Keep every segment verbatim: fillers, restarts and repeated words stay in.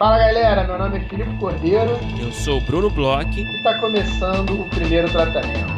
Fala galera, meu nome é Filipe Cordeiro. Eu sou o Bruno Bloch. E está começando o primeiro tratamento.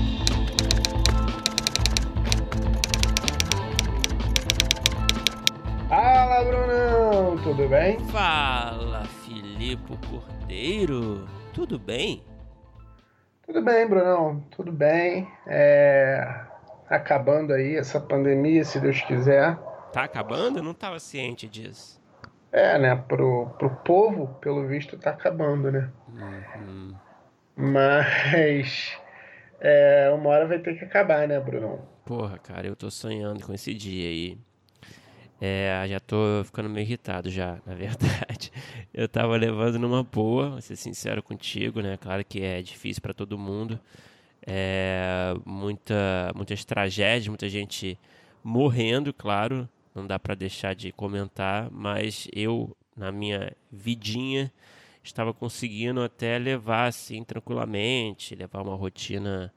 Fala Brunão, tudo bem? Fala Filipe Cordeiro, tudo bem? Tudo bem, Brunão, tudo bem. É... Acabando aí essa pandemia, se Deus quiser. Tá acabando? Eu não estava ciente disso. É, né, pro, pro povo, pelo visto, tá acabando, né? Uhum. Mas é, uma hora vai ter que acabar, né, Brunão? Porra, cara, eu tô sonhando com esse dia aí. É, já tô ficando meio irritado já, na verdade. Eu tava levando numa boa, vou ser sincero contigo, né? Claro que é difícil pra todo mundo. É, muita, muitas tragédias, muita gente morrendo, claro. Não dá pra deixar de comentar, mas eu, na minha vidinha, estava conseguindo até levar assim tranquilamente, levar uma rotina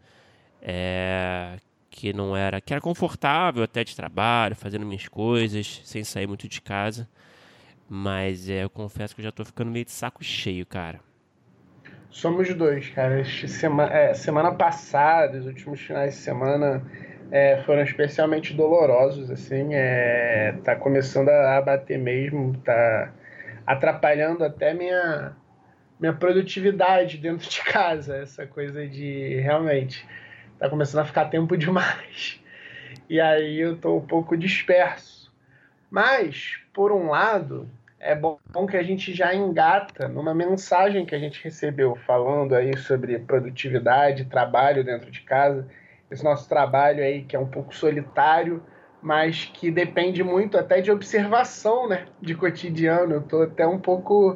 é, que não era, que era confortável até de trabalho, fazendo minhas coisas, sem sair muito de casa. Mas é, eu confesso que eu já tô ficando meio de saco cheio, cara. Somos dois, cara. Sema, é, semana passada, os últimos finais de semana é, foram especialmente dolorosos, assim. É, tá começando a bater mesmo, tá atrapalhando até minha, minha produtividade dentro de casa. Essa coisa de, realmente, tá começando a ficar tempo demais. E aí eu tô um pouco disperso. Mas, por um lado, é bom que a gente já engata numa mensagem que a gente recebeu falando aí sobre produtividade, trabalho dentro de casa. Esse nosso trabalho aí que é um pouco solitário, mas que depende muito até de observação, né, de cotidiano. Eu estou até um pouco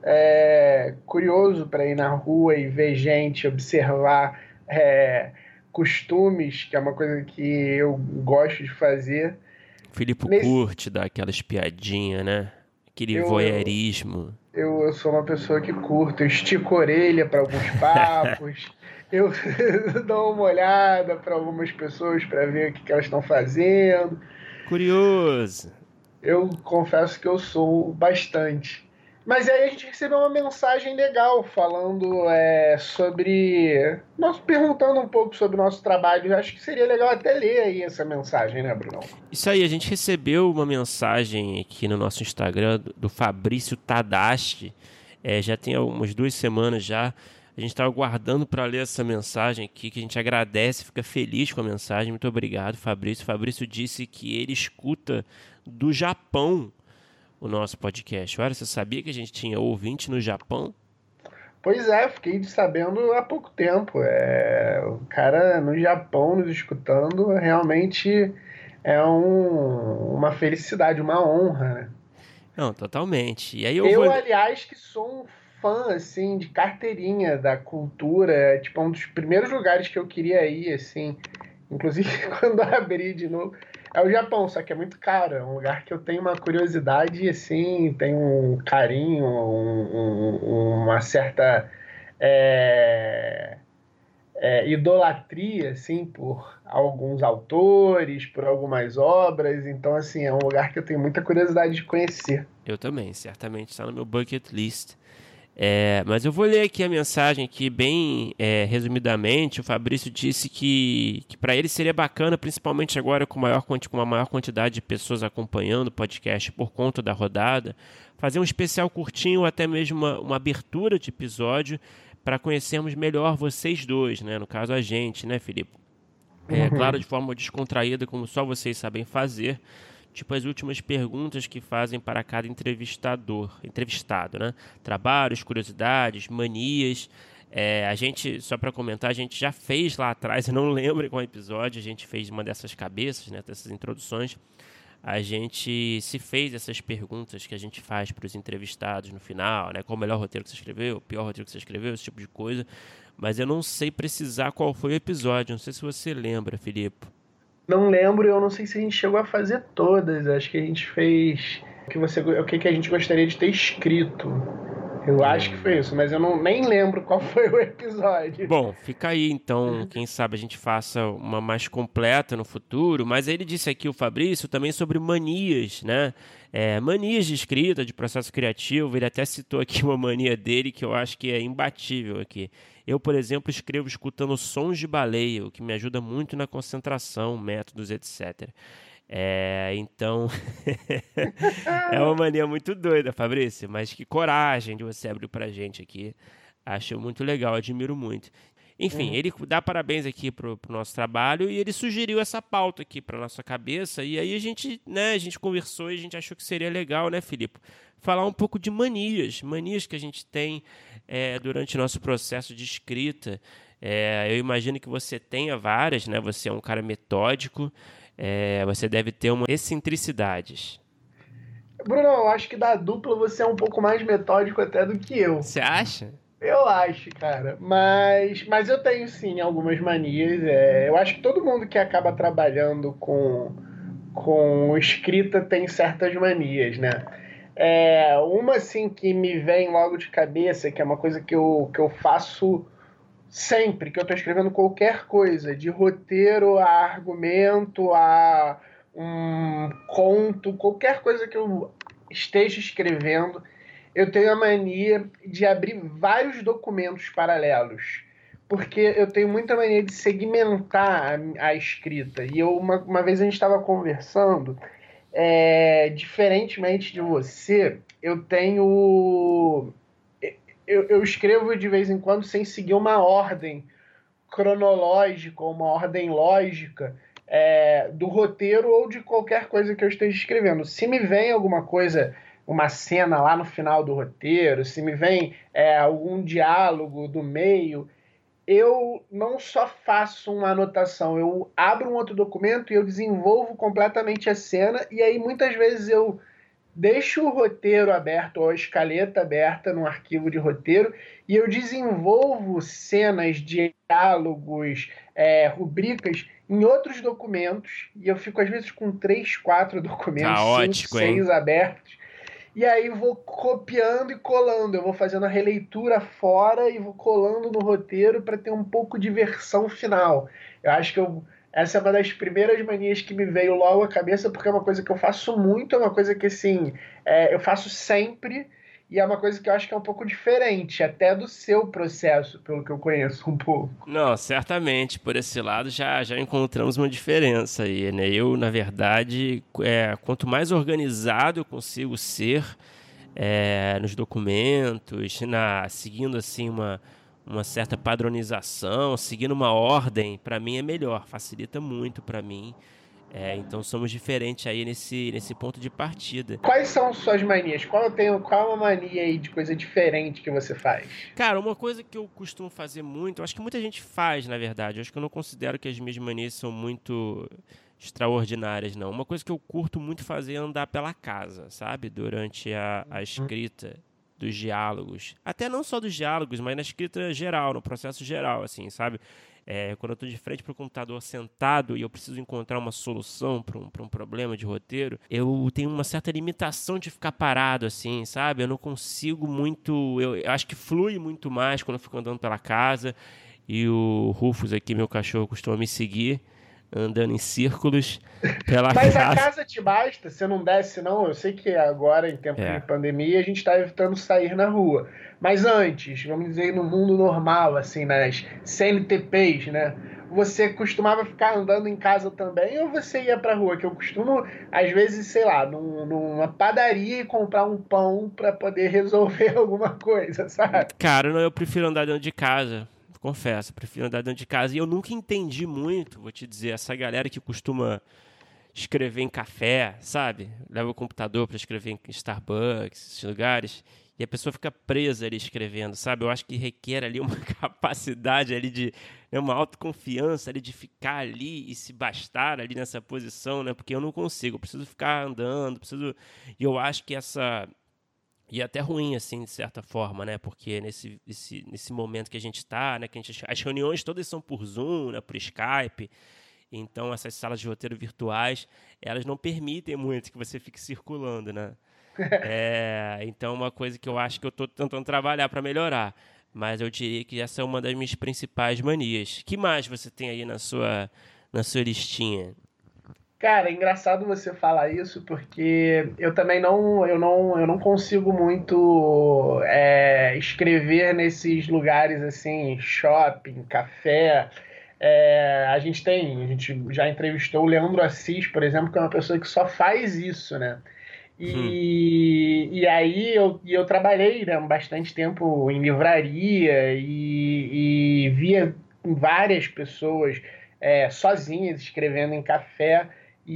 é, curioso para ir na rua e ver gente, observar é, costumes, que é uma coisa que eu gosto de fazer. Filipe Nesse, curte dar aquela espiadinha, né? Aquele eu, voyeurismo. Eu, eu sou uma pessoa que curto, eu estico a orelha para alguns papos, eu dou uma olhada para algumas pessoas para ver o que, que elas estão fazendo. Curioso. Eu confesso que eu sou bastante. Mas aí a gente recebeu uma mensagem legal falando é, sobre. Nós perguntando um pouco sobre o nosso trabalho. Eu acho que seria legal até ler aí essa mensagem, né, Bruno? Isso aí, a gente recebeu uma mensagem aqui no nosso Instagram do Fabrício Tadashi. É, já tem algumas duas semanas já. A gente estava aguardando para ler essa mensagem aqui, que a gente agradece, fica feliz com a mensagem. Muito obrigado, Fabrício. Fabrício disse que ele escuta do Japão o nosso podcast. Olha, você sabia que a gente tinha ouvinte no Japão? Pois é, fiquei sabendo há pouco tempo. É, o cara no Japão nos escutando realmente é um, uma felicidade, uma honra, né? Não, totalmente. E aí eu, Eu, vou... aliás, que sou um fã, assim, de carteirinha da cultura. É, tipo, um dos primeiros lugares que eu queria ir, assim, inclusive quando abrir de novo, é o Japão, só que é muito caro. É um lugar que eu tenho uma curiosidade, assim, tenho um carinho, um, um, uma certa é, é, idolatria, assim, por alguns autores, por algumas obras. Então, assim, é um lugar que eu tenho muita curiosidade de conhecer. Eu também, certamente está no meu bucket list. É, mas eu vou ler aqui a mensagem aqui bem é, resumidamente. O Fabrício disse que, que para ele seria bacana, principalmente agora com, maior, com uma maior quantidade de pessoas acompanhando o podcast por conta da rodada, fazer um especial curtinho ou até mesmo uma, uma abertura de episódio para conhecermos melhor vocês dois, né? No caso a gente, né, Filipe? É, Uhum. Claro, de forma descontraída, como só vocês sabem fazer. Tipo as últimas perguntas que fazem para cada entrevistador, entrevistado, né? Trabalhos, curiosidades, manias. É, a gente, só para comentar, a gente já fez lá atrás, eu não lembro qual episódio, a gente fez uma dessas cabeças, né? Dessas introduções. A gente se fez essas perguntas que a gente faz para os entrevistados no final, né? Qual o melhor roteiro que você escreveu, o pior roteiro que você escreveu, esse tipo de coisa. Mas eu não sei precisar qual foi o episódio, não sei se você lembra, Filipe. Não lembro, eu não sei se a gente chegou a fazer todas. Acho que a gente fez o que, você, o que a gente gostaria de ter escrito. Eu acho que foi isso, mas eu não, nem lembro qual foi o episódio. Bom, fica aí então, quem sabe a gente faça uma mais completa no futuro, mas ele disse aqui, o Fabrício, também sobre manias, né? É, manias de escrita, de processo criativo, ele até citou aqui uma mania dele que eu acho que é imbatível aqui. Eu, por exemplo, escrevo escutando sons de baleia, o que me ajuda muito na concentração, métodos, etcétera. É, então, é uma mania muito doida, Fabrício, mas que coragem de você abrir pra gente aqui. Acho muito legal, admiro muito. Enfim, Uhum. ele dá parabéns aqui pro, pro nosso trabalho e ele sugeriu essa pauta aqui para nossa cabeça. E aí a gente, né, a gente conversou e a gente achou que seria legal, né, Filipe? Falar um pouco de manias, manias que a gente tem é, durante o nosso processo de escrita. É, eu imagino que você tenha várias, né? Você é um cara metódico, é, você deve ter umas excentricidades. Bruno, eu acho que da dupla você é um pouco mais metódico até do que eu. Você acha? Eu acho, cara. Mas, mas eu tenho sim algumas manias. É, eu acho que todo mundo que acaba trabalhando com, com escrita tem certas manias, né? É, uma assim que me vem logo de cabeça, que é uma coisa que eu, que eu faço sempre que eu estou escrevendo qualquer coisa, de roteiro a argumento, a um conto, qualquer coisa que eu esteja escrevendo, eu tenho a mania de abrir vários documentos paralelos. Porque eu tenho muita mania de segmentar a, a escrita. E eu, uma, uma vez a gente estava conversando, é, diferentemente de você, eu tenho eu, eu escrevo de vez em quando sem seguir uma ordem cronológica ou uma ordem lógica é, do roteiro ou de qualquer coisa que eu esteja escrevendo. Se me vem alguma coisa, uma cena lá no final do roteiro, se me vem é, algum diálogo do meio, eu não só faço uma anotação, eu abro um outro documento e eu desenvolvo completamente a cena, e aí muitas vezes eu deixo o roteiro aberto ou a escaleta aberta num arquivo de roteiro e eu desenvolvo cenas, diálogos, é, rubricas em outros documentos e eu fico às vezes com três, quatro documentos, cinco, Caótico, hein? seis abertos e aí vou copiando e colando, eu vou fazendo a releitura fora e vou colando no roteiro para ter um pouco de versão final. Eu acho que eu essa é uma das primeiras manias que me veio logo à cabeça, porque é uma coisa que eu faço muito, é uma coisa que, assim, é, eu faço sempre, e é uma coisa que eu acho que é um pouco diferente, até do seu processo, pelo que eu conheço um pouco. Não, certamente, por esse lado já, já encontramos uma diferença aí, né? Eu, na verdade, é, quanto mais organizado eu consigo ser é, nos documentos, na, seguindo assim uma, uma certa padronização, seguindo uma ordem, para mim é melhor, facilita muito para mim. É, então somos diferentes aí nesse, nesse ponto de partida. Quais são suas manias? Qual eu tenho, qual é uma mania aí de coisa diferente que você faz? Cara, uma coisa que eu costumo fazer muito, eu acho que muita gente faz, na verdade. Eu acho que eu não considero que as minhas manias são muito extraordinárias, não. Uma coisa que eu curto muito fazer é andar pela casa, sabe? Durante a, a escrita dos diálogos. Até não só dos diálogos, mas na escrita geral, no processo geral, assim, sabe? É, quando eu estou de frente para o computador sentado e eu preciso encontrar uma solução para um, para um problema de roteiro, eu tenho uma certa limitação de ficar parado assim, sabe? Eu não consigo muito. Eu, eu acho que flui muito mais quando eu fico andando pela casa. E o Rufus aqui, meu cachorro, costuma me seguir andando em círculos pela Mas a casa. casa te basta? Você não desce, não? Eu sei que agora, em tempo de É. pandemia, a gente está evitando sair na rua. Mas antes, vamos dizer, no mundo normal, assim, nas C N T Ps, né? Você costumava ficar andando em casa também ou você ia pra rua? Que eu costumo, às vezes, sei lá, num- numa padaria e comprar um pão para poder resolver alguma coisa, sabe? Cara, não, eu prefiro andar dentro de casa. Confesso, prefiro andar dentro de casa. E eu nunca entendi muito, vou te dizer, essa galera que costuma escrever em café, sabe? Leva o computador para escrever em Starbucks, esses lugares, e a pessoa fica presa ali escrevendo, sabe? Eu acho que requer ali uma capacidade ali de, né, uma autoconfiança ali de ficar ali e se bastar ali nessa posição, né? Porque eu não consigo, eu preciso ficar andando, preciso. E eu acho que essa e é até ruim, assim, de certa forma, né? Porque nesse, esse, nesse momento que a gente está, né? Que a gente, as reuniões todas são por Zoom, né? Por Skype. Então, essas salas de roteiro virtuais, elas não permitem muito que você fique circulando, né? É, então, uma coisa que eu acho que eu estou tentando trabalhar para melhorar. Mas eu diria que essa é uma das minhas principais manias. Que mais você tem aí na sua, na sua listinha? Cara, é engraçado você falar isso porque eu também não, eu não, eu não consigo muito é, escrever nesses lugares assim, shopping, café. É, a gente tem, a gente já entrevistou o Leandro Assis, por exemplo, que é uma pessoa que só faz isso, né? Hum, E, e aí eu, e eu trabalhei, né, bastante tempo em livraria e, e via várias pessoas é, sozinhas escrevendo em café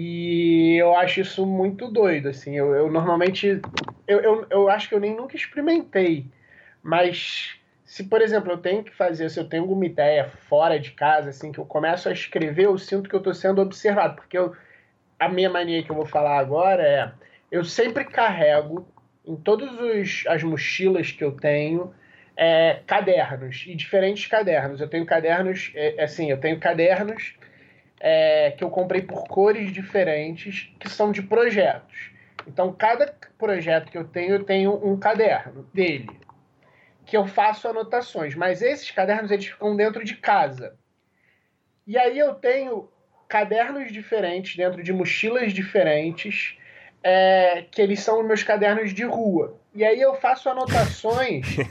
e eu acho isso muito doido, assim, eu, eu normalmente, eu, eu, eu acho que eu nem nunca experimentei, mas se, por exemplo, eu tenho que fazer, se eu tenho alguma ideia fora de casa, assim, que eu começo a escrever, eu sinto que eu estou sendo observado, porque eu a minha mania que eu vou falar agora é eu sempre carrego em todas as mochilas que eu tenho é, cadernos e diferentes cadernos. Eu tenho cadernos, é, assim, eu tenho cadernos é, que eu comprei por cores diferentes que são de projetos. Então, cada projeto que eu tenho, eu tenho um caderno dele que eu faço anotações. Mas esses cadernos eles ficam dentro de casa. E aí eu tenho cadernos diferentes dentro de mochilas diferentes, é, que eles são meus cadernos de rua. E aí eu faço anotações.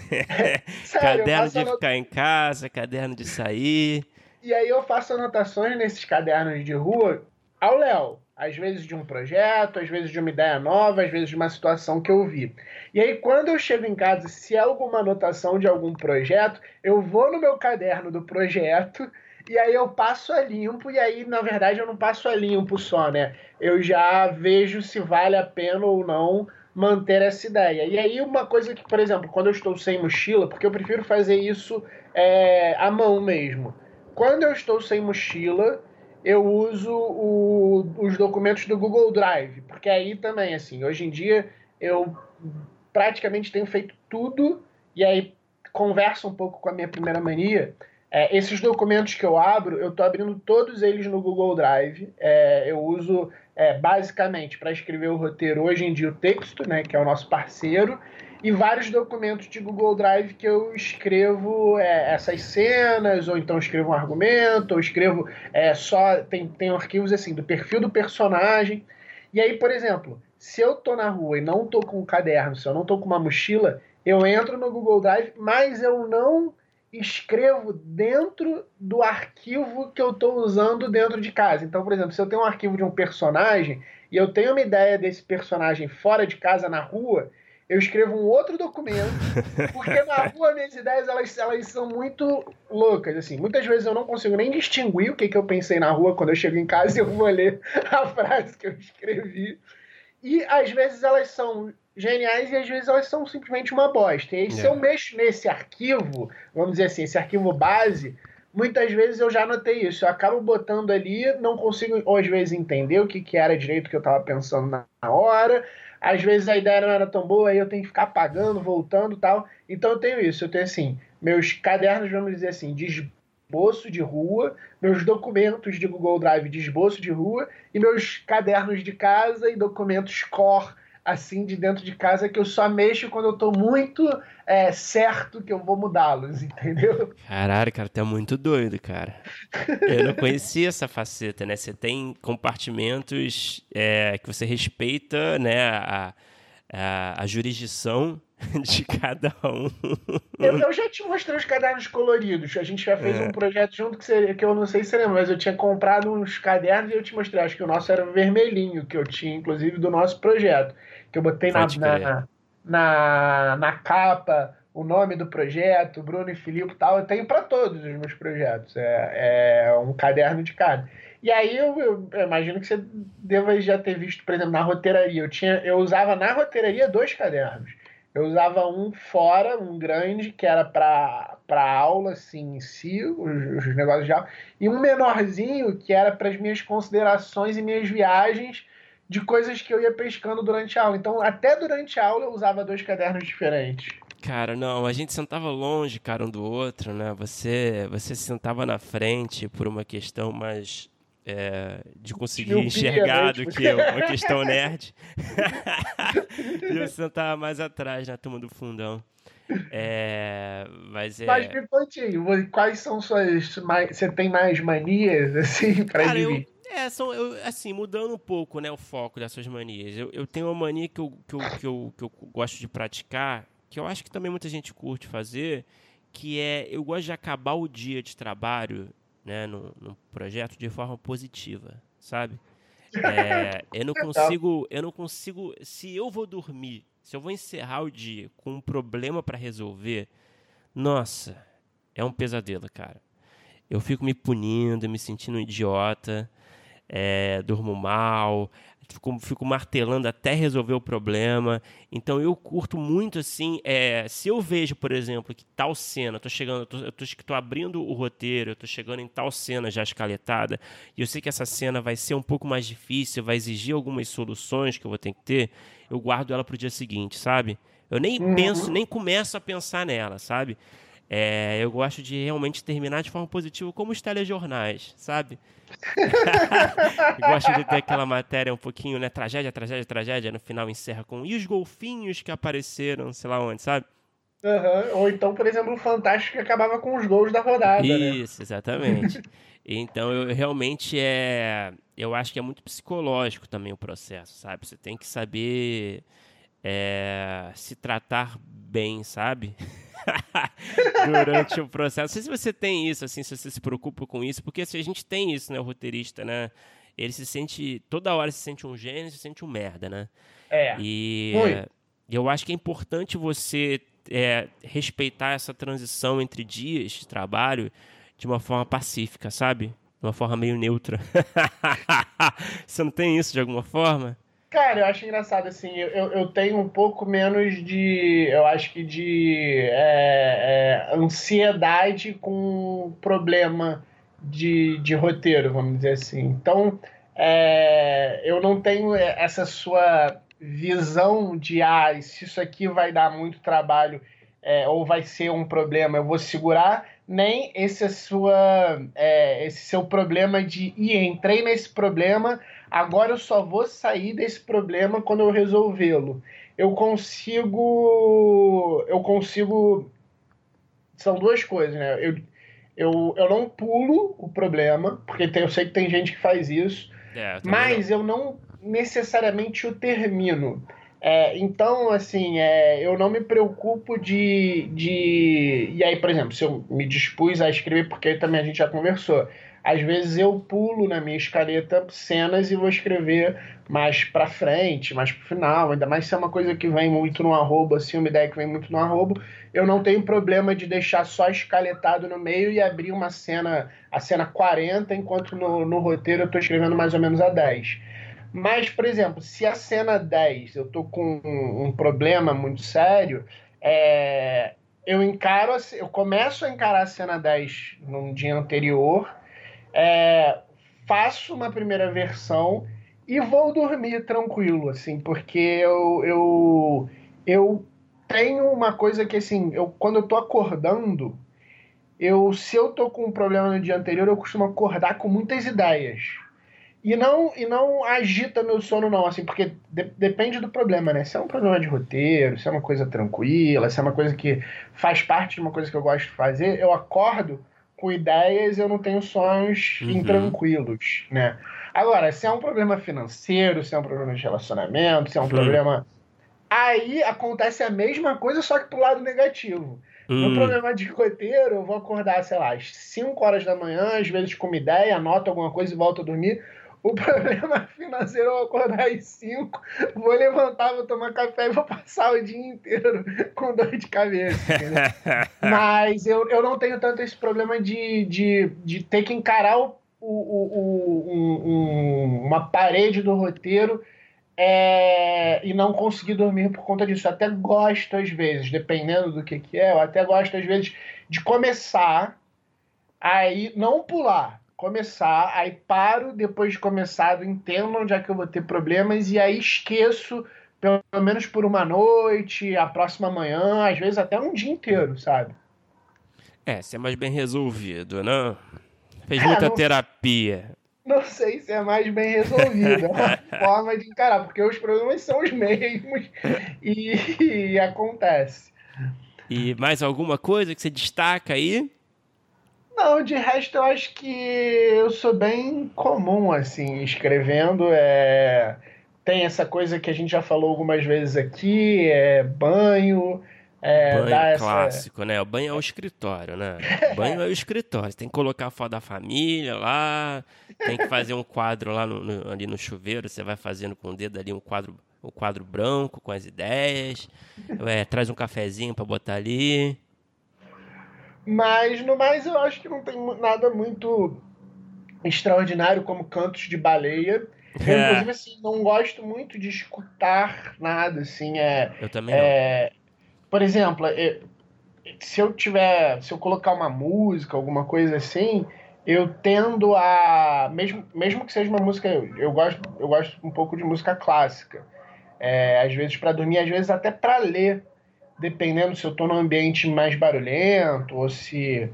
Sério, eu Caderno faço de anotações. ficar em casa, caderno de sair. E aí eu faço anotações nesses cadernos de rua ao Léo. Às vezes de um projeto, às vezes de uma ideia nova, às vezes de uma situação que eu vi. E aí, quando eu chego em casa, se é alguma anotação de algum projeto, eu vou no meu caderno do projeto e aí eu passo a limpo. E aí, na verdade, eu não passo a limpo só, né? Eu já vejo se vale a pena ou não manter essa ideia. E aí, uma coisa que, por exemplo, quando eu estou sem mochila, porque eu prefiro fazer isso é, à mão mesmo. Quando eu estou sem mochila, eu uso o- os documentos do Google Drive, porque aí também, assim, hoje em dia eu praticamente tenho feito tudo e aí converso um pouco com a minha primeira mania. É, esses documentos que eu abro, eu estou abrindo todos eles no Google Drive. É, eu uso é, basicamente para escrever o roteiro hoje em dia o texto, né, que é o nosso parceiro, e vários documentos de Google Drive que eu escrevo é, essas cenas, ou então escrevo um argumento, ou escrevo é, só. Tem, tem arquivos assim do perfil do personagem. E aí, por exemplo, se eu tô na rua e não tô com um caderno, se eu não tô com uma mochila, eu entro no Google Drive, mas eu não escrevo dentro do arquivo que eu estou usando dentro de casa. Então, por exemplo, se eu tenho um arquivo de um personagem e eu tenho uma ideia desse personagem fora de casa, na rua, eu escrevo um outro documento, porque na rua minhas ideias elas, elas são muito loucas. Assim, muitas vezes eu não consigo nem distinguir o que, que eu pensei na rua quando eu chego em casa e eu vou ler a frase que eu escrevi. E às vezes elas são geniais e às vezes elas são simplesmente uma bosta. E aí, se eu É. mexo nesse arquivo, vamos dizer assim, esse arquivo base, muitas vezes eu já notei isso. Eu acabo botando ali, não consigo, ou às vezes, entender o que, que era direito que eu estava pensando na hora. Às vezes a ideia não era tão boa, aí eu tenho que ficar apagando, voltando e tal. Então eu tenho isso. Eu tenho, assim, meus cadernos, vamos dizer assim, de esboço de rua, meus documentos de Google Drive de esboço de rua e meus cadernos de casa e documentos core, assim, de dentro de casa, que eu só mexo quando eu tô muito é, certo que eu vou mudá-los, entendeu? Caralho, cara, tá muito doido, cara. Eu não conhecia essa faceta, né? Você tem compartimentos é, que você respeita, né, a, a, a jurisdição de cada um. Eu, eu já te mostrei os cadernos coloridos. A gente já fez um É, projeto junto que, você, que eu não sei se você lembra, mas eu tinha comprado uns cadernos e eu te mostrei. Acho que o nosso era vermelhinho, que eu tinha, inclusive, do nosso projeto. Que eu botei na, pode crer. na, na, na capa o nome do projeto, Bruno e Filipe e tal. Eu tenho para todos os meus projetos. É, é um caderno de cada. E aí eu, eu, eu imagino que você deva já ter visto, por exemplo, na roteiraria. Eu, tinha, eu usava na roteiraria dois cadernos. Eu usava um fora, um grande, que era para para aula, assim, em si, os, os negócios de aula, e um menorzinho, que era para as minhas considerações e minhas viagens de coisas que eu ia pescando durante a aula. Então, até durante a aula, eu usava dois cadernos diferentes. Cara, não, a gente sentava longe, cara, um do outro, né? Você, você sentava na frente por uma questão mais é, de conseguir Miopia, enxergar né? do Tipo... que uma questão nerd. E eu sentava mais atrás na turma do fundão. É, mas Mas é. me conte aí, vo- quais são suas. mais- Você tem mais manias, assim, pra Cara, eu. dividir? É, são, eu, assim, mudando um pouco, né, o foco dessas manias. Eu, eu tenho uma mania que eu, que, eu, que, eu, que eu gosto de praticar, que eu acho que também muita gente curte fazer, que é, eu gosto de acabar o dia de trabalho, né, no, no projeto de forma positiva, sabe? É, eu não Legal. consigo, eu não consigo, se eu vou dormir, se eu vou encerrar o dia com um problema para resolver, nossa, é um pesadelo, cara. Eu fico me punindo, me sentindo um idiota, é, durmo mal, fico, fico martelando até resolver o problema. Então eu curto muito assim. É, se eu vejo, por exemplo, que tal cena, eu tô chegando, eu tô, eu tô, tô abrindo o roteiro, eu tô chegando em tal cena já escaletada, e eu sei que essa cena vai ser um pouco mais difícil, vai exigir algumas soluções que eu vou ter que ter, eu guardo ela pro dia seguinte, sabe? Eu nem penso, Uhum. nem começo a pensar nela, sabe? É, eu gosto de realmente terminar de forma positiva, como os telejornais, sabe? Gosto de ter aquela matéria um pouquinho, né? Tragédia, tragédia, tragédia. No final encerra com e os golfinhos que apareceram, sei lá onde, sabe? Aham. Ou então, por exemplo, o Fantástico que acabava com os gols da rodada, né? Isso, exatamente. Então eu realmente é. Eu acho que é muito psicológico também o processo, sabe? Você tem que saber é, se tratar bem, sabe? Durante o processo. Não sei se você tem isso, assim, se você se preocupa com isso, porque assim, a gente tem isso, né, o roteirista, né? Ele se sente, toda hora se sente um gênio, se sente um merda, né? É. E Muito. eh, eu acho que é importante você é, respeitar essa transição entre dias de trabalho de uma forma pacífica, sabe? De uma forma meio neutra. Você não tem isso de alguma forma? Cara, eu acho engraçado, assim, eu, eu eu tenho um pouco menos de, eu acho que de é, é, ansiedade com problema de, de roteiro, vamos dizer assim. Então, é, eu não tenho essa sua visão de, ah, se isso aqui vai dar muito trabalho é, ou vai ser um problema, eu vou segurar, nem esse, sua, é, esse seu problema de, ih, entrei nesse problema. Agora eu só vou sair desse problema quando eu resolvê-lo. Eu consigo. Eu consigo. São duas coisas, né? Eu, eu, eu não pulo o problema, porque tem- eu sei que tem gente que faz isso, É, eu também não. mas eu não necessariamente o termino. É, então, assim, é, eu não me preocupo de, de. E aí, por exemplo, se eu me dispus a escrever, porque também a gente já conversou, às vezes eu pulo na minha escaleta cenas e vou escrever mais pra frente, mais pro final, ainda mais se é uma coisa que vem muito no arroba, assim, uma ideia que vem muito no arroba, eu não tenho problema de deixar só escaletado no meio e abrir uma cena, a cena quarenta, enquanto no, no roteiro eu estou escrevendo mais ou menos a dez. Mas, por exemplo, se a cena dez eu tô com um, um problema muito sério, é, eu encaro, eu começo a encarar a cena dez num dia anterior, é, faço uma primeira versão e vou dormir tranquilo, assim, porque eu, eu, eu tenho uma coisa que, assim, eu, quando eu tô acordando, eu, se eu tô com um problema no dia anterior, eu costumo acordar com muitas ideias. E não, e não agita meu sono, não, assim, porque de- depende do problema, né? Se é um problema de roteiro, se é uma coisa tranquila, se é uma coisa que faz parte de uma coisa que eu gosto de fazer, eu acordo com ideias e eu não tenho sonhos Uhum. intranquilos, né? Agora, se é um problema financeiro, se é um problema de relacionamento, se é um Hum. problema. Aí acontece a mesma coisa, só que pro lado negativo. No Hum. problema de roteiro, eu vou acordar, sei lá, às cinco horas da manhã, às vezes com uma ideia, anoto alguma coisa e volto a dormir. O problema financeiro, eu vou acordar às cinco, vou levantar, vou tomar café e vou passar o dia inteiro com dor de cabeça, entendeu? Mas eu, eu não tenho tanto esse problema de, de, de ter que encarar o, o, o, um- um- uma parede do roteiro é, e não conseguir dormir por conta disso. Eu até gosto, às vezes, dependendo do que, que é, eu até gosto, às vezes, de começar, aí não pular, começar, aí paro, depois de começado, entendo onde é que eu vou ter problemas, e aí esqueço, pelo menos por uma noite, a próxima manhã, às vezes até um dia inteiro, sabe? É, ser mais bem resolvido, né? Fez É, muita não, terapia. não sei se é mais bem resolvido. É uma forma de encarar, porque os problemas são os mesmos e, e acontece. E mais alguma coisa que você destaca aí? Não, de resto eu acho que eu sou bem comum, assim, escrevendo. É... Tem essa coisa que a gente já falou algumas vezes aqui, é banho, é, Banho dar essa... clássico, né? O banho é o escritório, né? Banho é o escritório. Você tem que colocar a foto da família lá, tem que fazer um quadro lá no, no- ali no chuveiro. Você vai fazendo com o dedo ali um quadro, um quadro branco com as ideias. É, traz um cafezinho pra botar ali. Mas no mais eu acho que não tem mu- nada muito extraordinário como Cantos de Baleia. Eu, inclusive, assim, não gosto muito de escutar nada, assim, é... Eu também não. é... Por exemplo, é, se eu tiver, se eu colocar uma música, alguma coisa assim, eu tendo a, mesmo, mesmo que seja uma música, eu, eu gosto, eu gosto um pouco de música clássica. É, às vezes para dormir, às vezes até para ler, dependendo se eu estou num ambiente mais barulhento ou se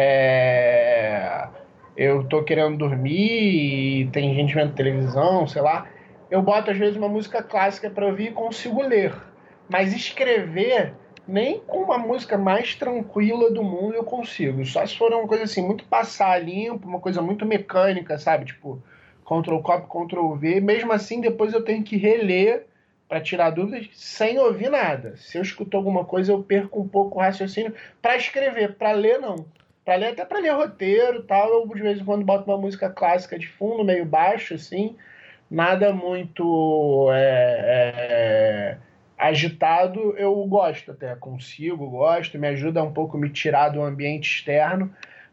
é, eu estou querendo dormir e tem gente vendo televisão, sei lá. Eu boto às vezes uma música clássica para ouvir e consigo ler. Mas escrever, nem com uma música mais tranquila do mundo eu consigo. Só se for uma coisa assim, muito passar limpo, uma coisa muito mecânica, sabe? Tipo, Ctrl Copy, Ctrl V. Mesmo assim, depois eu tenho que reler para tirar dúvidas sem ouvir nada. Se eu escuto alguma coisa, eu perco um pouco o raciocínio para escrever. Para ler, não. Para ler, até para ler roteiro e tal, eu de vez em quando boto uma música clássica de fundo, meio baixo, assim. Nada muito é, é, agitado, eu gosto até, consigo, gosto, me ajuda um pouco a me tirar do ambiente externo,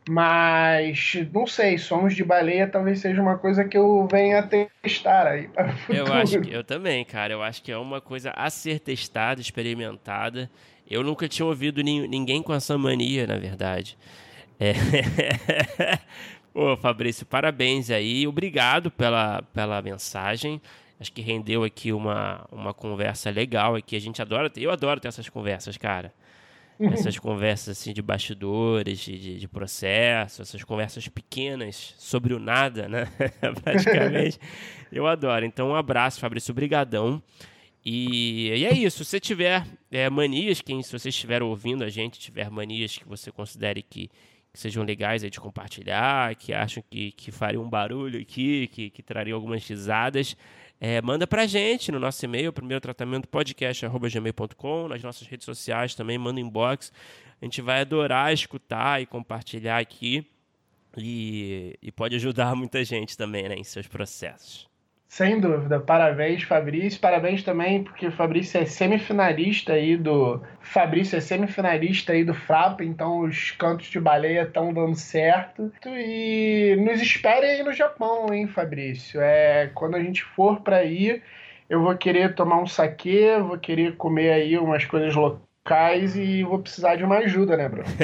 mas não sei, Sons de Baleia talvez seja uma coisa que eu venha a testar aí para o Eu acho que futuro. eu também, cara. Eu acho que é uma coisa a ser testada, experimentada. Eu nunca tinha ouvido nin- ninguém com essa mania, na verdade. É... Pô, Fabrício, parabéns aí. Obrigado pela, pela mensagem. Acho que rendeu aqui uma, uma conversa legal aqui. A gente adora, ter- eu adoro ter essas conversas, cara. Essas conversas assim de bastidores, de, de, de processo, essas conversas pequenas sobre o nada, né? Praticamente. Eu adoro. Então, um abraço, Fabrício. Brigadão. E, e é isso. Se você tiver é, manias, quem, se você estiver ouvindo a gente, tiver manias que você considere que, que sejam legais aí de compartilhar, que acham que, que fariam um barulho aqui, que, que trariam algumas risadas, é, manda pra gente no nosso e-mail, primeiro tratamento podcast arroba gmail ponto com, nas nossas redes sociais também, manda inbox. A gente vai adorar escutar e compartilhar aqui e, e pode ajudar muita gente também, né, em seus processos. Sem dúvida. Parabéns, Fabrício. Parabéns também, porque o Fabrício é semifinalista aí do. Fabrício é semifinalista aí do Frapa, então os cantos de baleia estão dando certo. E nos espere aí no Japão, hein, Fabrício? É, quando a gente for para aí, eu vou querer tomar um saquê, vou querer comer aí umas coisas locais e vou precisar de uma ajuda, né, Bruno?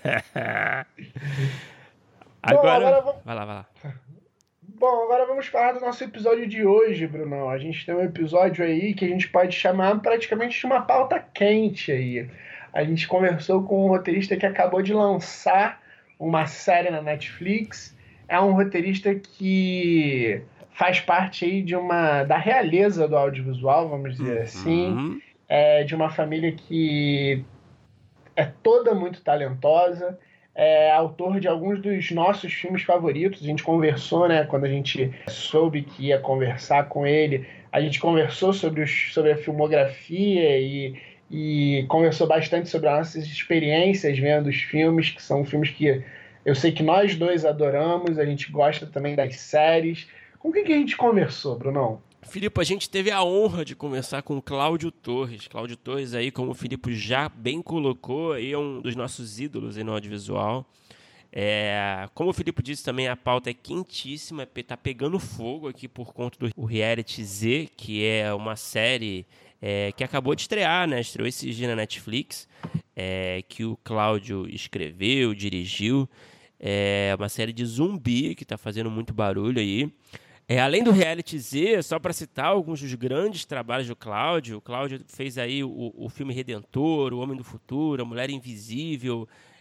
Bom, Agora, agora vamos. vai lá, vai lá. Bom, agora vamos falar do nosso episódio de hoje, Brunão. A gente tem um episódio aí que a gente pode chamar praticamente de uma pauta quente aí. A gente conversou com um roteirista que acabou de lançar uma série na Netflix. É um roteirista que faz parte aí de uma da realeza do audiovisual, vamos dizer assim, Uhum. é de uma família que é toda muito talentosa, é autor de alguns dos nossos filmes favoritos. A gente conversou, né, quando a gente soube que ia conversar com ele, a gente conversou sobre, os, sobre a filmografia e, e conversou bastante sobre as nossas experiências vendo os filmes, que são filmes que eu sei que nós dois adoramos, a gente gosta também das séries. Com quem que a gente conversou, Brunão? Filipe, a gente teve a honra de conversar com o Cláudio Torres. Cláudio Torres aí, como o Filipe já bem colocou, aí é um dos nossos ídolos aí no audiovisual. É, como o Filipe disse também, a pauta é quentíssima, tá pegando fogo aqui por conta do Reality Z, que é uma série é, que acabou de estrear, né? Estreou esse dia na Netflix, é, que o Cláudio escreveu, dirigiu. É uma série de zumbi que tá fazendo muito barulho aí. É, além do Reality Z, só para citar alguns dos grandes trabalhos do Cláudio, o Cláudio fez aí o, o filme Redentor, O Homem do Futuro, A Mulher Invisível,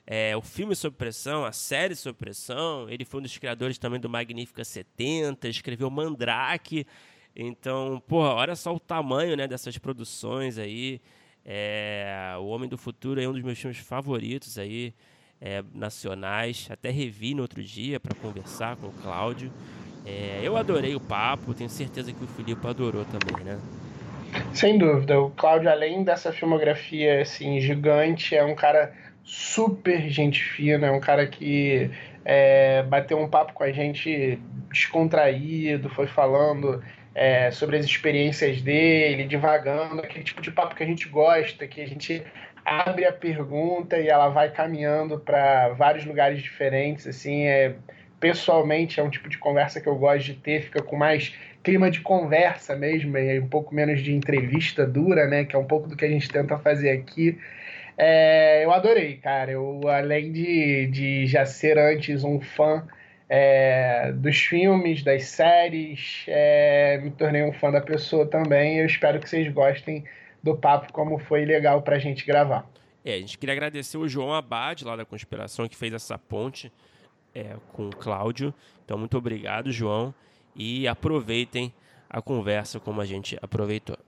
é, o filme Sob Pressão, a série Sob Pressão. Ele foi um dos criadores também do Magnífica setenta, escreveu Mandrake. Então, porra, olha só o tamanho, né, dessas produções aí. É, o Homem do Futuro é um dos meus filmes favoritos aí, é, nacionais. Até revi no outro dia para conversar com o Cláudio. É, eu adorei o papo, tenho certeza que o Filipe adorou também, né? Sem dúvida, o Cláudio, além dessa filmografia assim, gigante, é um cara super gente fina, é um cara que é, bateu um papo com a gente descontraído, foi falando é, sobre as experiências dele, divagando, aquele tipo de papo que a gente gosta, que a gente abre a pergunta e ela vai caminhando para vários lugares diferentes, assim, é, pessoalmente é um tipo de conversa que eu gosto de ter, fica com mais clima de conversa mesmo, e um pouco menos de entrevista dura, né? Que é um pouco do que a gente tenta fazer aqui. É, eu adorei, cara. Eu, além de, de já ser antes um fã é, dos filmes, das séries, é, me tornei um fã da pessoa também. Eu espero que vocês gostem do papo, como foi legal pra gente gravar. É, a gente queria agradecer o João Abad, lá da Conspiração, que fez essa ponte é, com o Cláudio. Então, muito obrigado, João. E aproveitem a conversa como a gente aproveitou.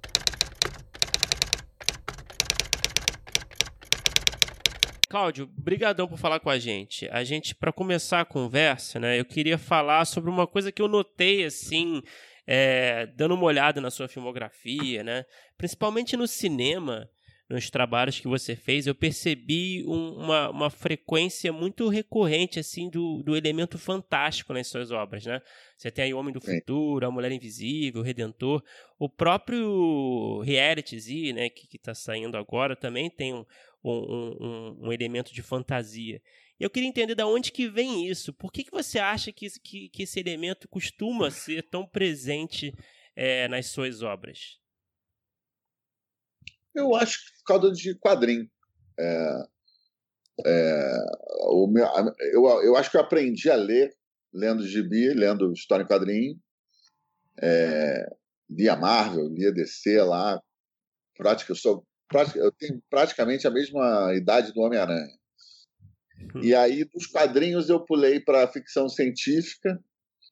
Cláudio, brigadão por falar com a gente. A gente, para começar a conversa, né, eu queria falar sobre uma coisa que eu notei, assim, é, dando uma olhada na sua filmografia, né, principalmente no cinema, nos trabalhos que você fez, eu percebi um, uma, uma frequência muito recorrente assim do, do elemento fantástico nas suas obras, né? Você tem aí O Homem do Futuro, A Mulher Invisível, O Redentor, o próprio Reality Z, né, que está saindo agora, também tem um, um, um, um elemento de fantasia. Eu queria entender de onde que vem isso. Por que, que você acha que, que, que esse elemento costuma ser tão presente é, nas suas obras? Eu acho que por causa de quadrinho. É, é, o meu, eu, eu acho que eu aprendi a ler lendo gibi, lendo história em quadrinho. É, lia Marvel, lia D C lá. Prática, eu, sou, prática, eu tenho praticamente a mesma idade do Homem-Aranha. Hum. E aí, dos quadrinhos, eu pulei para a ficção científica.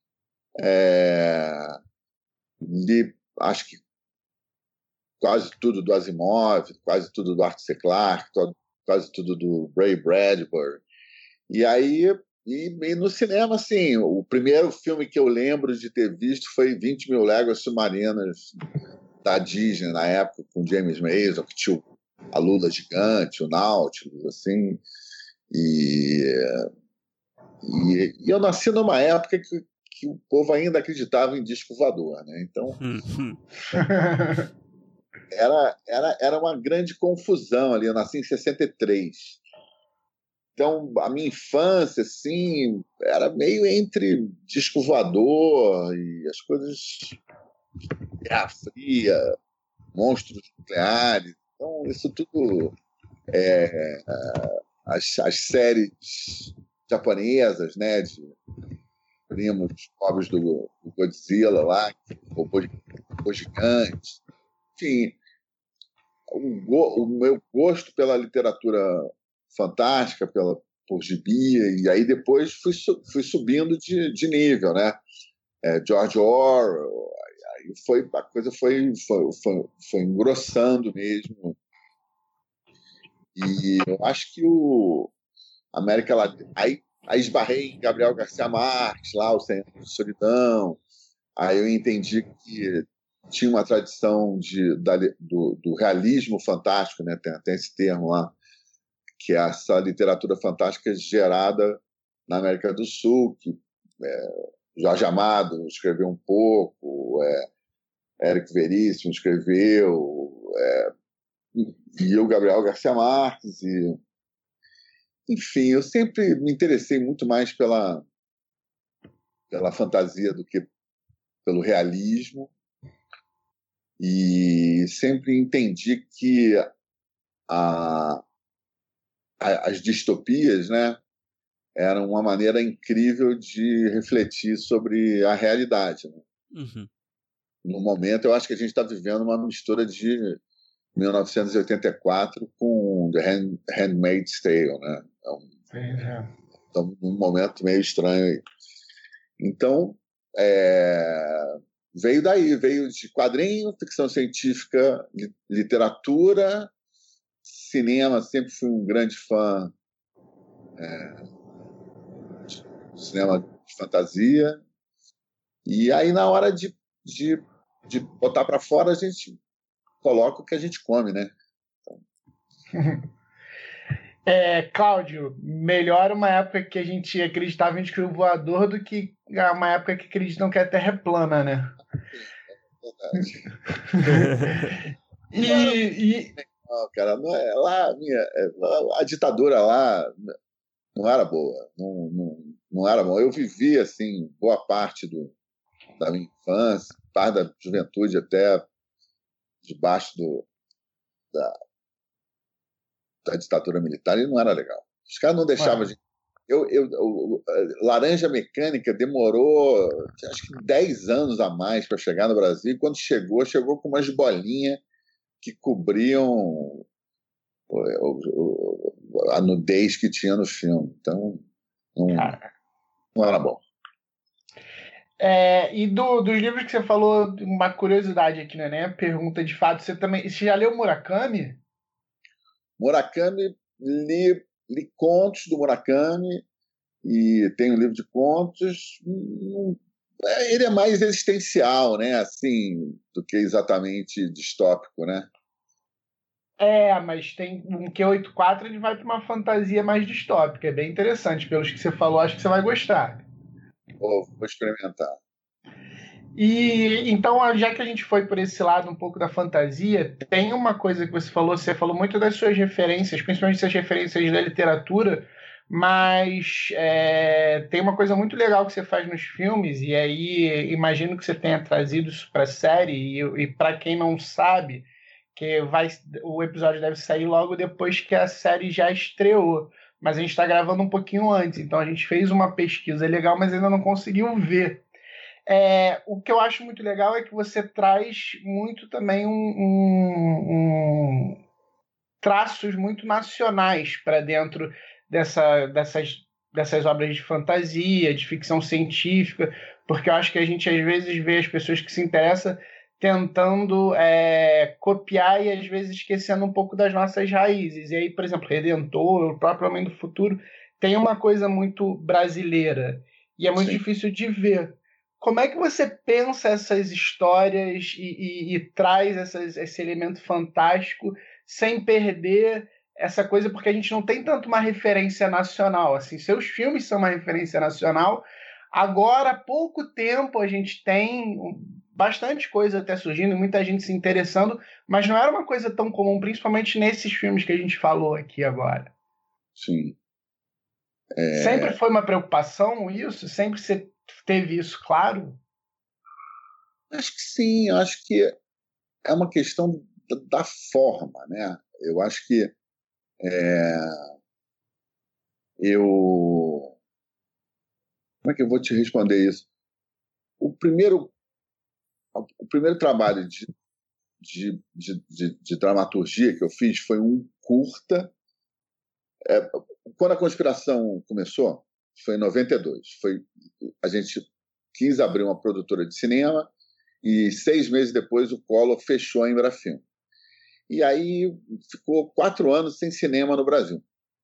É, li, acho que quase tudo do Asimov, quase tudo do Arthur C. Clarke, quase tudo do Ray Bradbury. E aí, e, e no cinema, assim, o primeiro filme que eu lembro de ter visto foi vinte mil Léguas Submarinas, da Disney, na época, com James Mason, que tinha a Lula gigante, o Nautilus, assim. E, e, e eu nasci numa época que, que o povo ainda acreditava em disco voador, né? Então... Era, era, era uma grande confusão ali. Eu nasci em sessenta e três. Então, a minha infância, assim, era meio entre disco voador e as coisas... Guerra Fria, monstros nucleares. Então, isso tudo... É, as, as séries japonesas, né, de primos pobres do, do Godzilla lá, robô, robô gigante. Enfim, o, go, o meu gosto pela literatura fantástica, pela, por gibi, e aí depois fui, fui subindo de, de nível, né? É, George Orwell, aí foi, a coisa foi, foi, foi, foi engrossando mesmo. E eu acho que o América Latina... Aí, aí esbarrei em Gabriel Garcia Marques, lá, o Cem Anos de Solidão. Aí eu entendi que tinha uma tradição de, da, do, do realismo fantástico, né? tem, tem esse termo lá, que é essa literatura fantástica gerada na América do Sul, que é, Jorge Amado escreveu um pouco, é, Érico Veríssimo escreveu, é, e o Gabriel Garcia Marques. E, enfim, eu sempre me interessei muito mais pela, pela fantasia do que pelo realismo. E sempre entendi que a, a, as distopias, né, eram uma maneira incrível de refletir sobre a realidade. Né? Uhum. No momento, eu acho que a gente está vivendo uma mistura de mil novecentos e oitenta e quatro com The Hand, Handmaid's Tale, né? É um, Sim, é. então, um momento meio estranho aí. Então, é, veio daí, veio de quadrinho, ficção científica, literatura, cinema, sempre fui um grande fã é, de cinema de fantasia. E aí, na hora de, de, de botar para fora, a gente coloca o que a gente come, né? É, Cláudio, melhor uma época que a gente acreditava em disco voador do que uma época que acreditam que a Terra é plana, né? Verdade. E, e... Não, cara, não é, lá, minha, a ditadura lá não era boa, não, não, não era boa. Eu vivi, assim, boa parte do, da minha infância, parte da juventude até debaixo do, da, da ditadura militar, e não era legal. Os caras não deixavam... Ué. De... Eu, eu, eu, Laranja Mecânica demorou, acho que dez anos a mais para chegar no Brasil, e quando chegou, chegou com umas bolinhas que cobriam a nudez que tinha no filme. Então, não, não era bom. É, e do, dos livros que você falou, uma curiosidade aqui, né? Pergunta de fato, você também. Você já leu Murakami? Murakami, li, li contos do Murakami e tem um livro de contos. Ele é mais existencial, né? Assim, do que exatamente distópico, né? É, mas tem um Q oitenta e quatro, ele vai para uma fantasia mais distópica. É bem interessante. Pelos que você falou, acho que você vai gostar. Vou, vou experimentar. E então, já que a gente foi por esse lado um pouco da fantasia, tem uma coisa que você falou, você falou muito das suas referências, principalmente suas referências da literatura, mas é, tem uma coisa muito legal que você faz nos filmes, e aí imagino que você tenha trazido isso para a série, e, e para quem não sabe, que vai, o episódio deve sair logo depois que a série já estreou, mas a gente está gravando um pouquinho antes, então a gente fez uma pesquisa legal, mas ainda não conseguiu ver. É, o que eu acho muito legal é que você traz muito também um, um, um traços muito nacionais para dentro dessa, dessas, dessas obras de fantasia, de ficção científica, porque eu acho que a gente às vezes vê as pessoas que se interessam tentando é, copiar e às vezes esquecendo um pouco das nossas raízes. E aí, por exemplo, Redentor, o próprio Homem do Futuro, tem uma coisa muito brasileira e é muito Sim. difícil de ver. Como é que você pensa essas histórias e, e, e traz essas, esse elemento fantástico sem perder essa coisa, porque a gente não tem tanto uma referência nacional. Assim, seus filmes são uma referência nacional. Agora, há pouco tempo, a gente tem bastante coisa até surgindo, muita gente se interessando, mas não era uma coisa tão comum, principalmente nesses filmes que a gente falou aqui agora. Sim. É... Sempre foi uma preocupação isso? Sempre você teve isso claro? Acho que sim, acho que é uma questão da forma, né? Eu acho que é, eu... Como é que eu vou te responder isso? O primeiro, o primeiro trabalho de, de, de, de, de dramaturgia que eu fiz foi um curta. É, quando a conspiração começou, foi em noventa e dois. Foi, a gente quis abrir uma produtora de cinema e seis meses depois o Collor fechou a Embrafilme. E aí ficou quatro anos sem cinema no Brasil.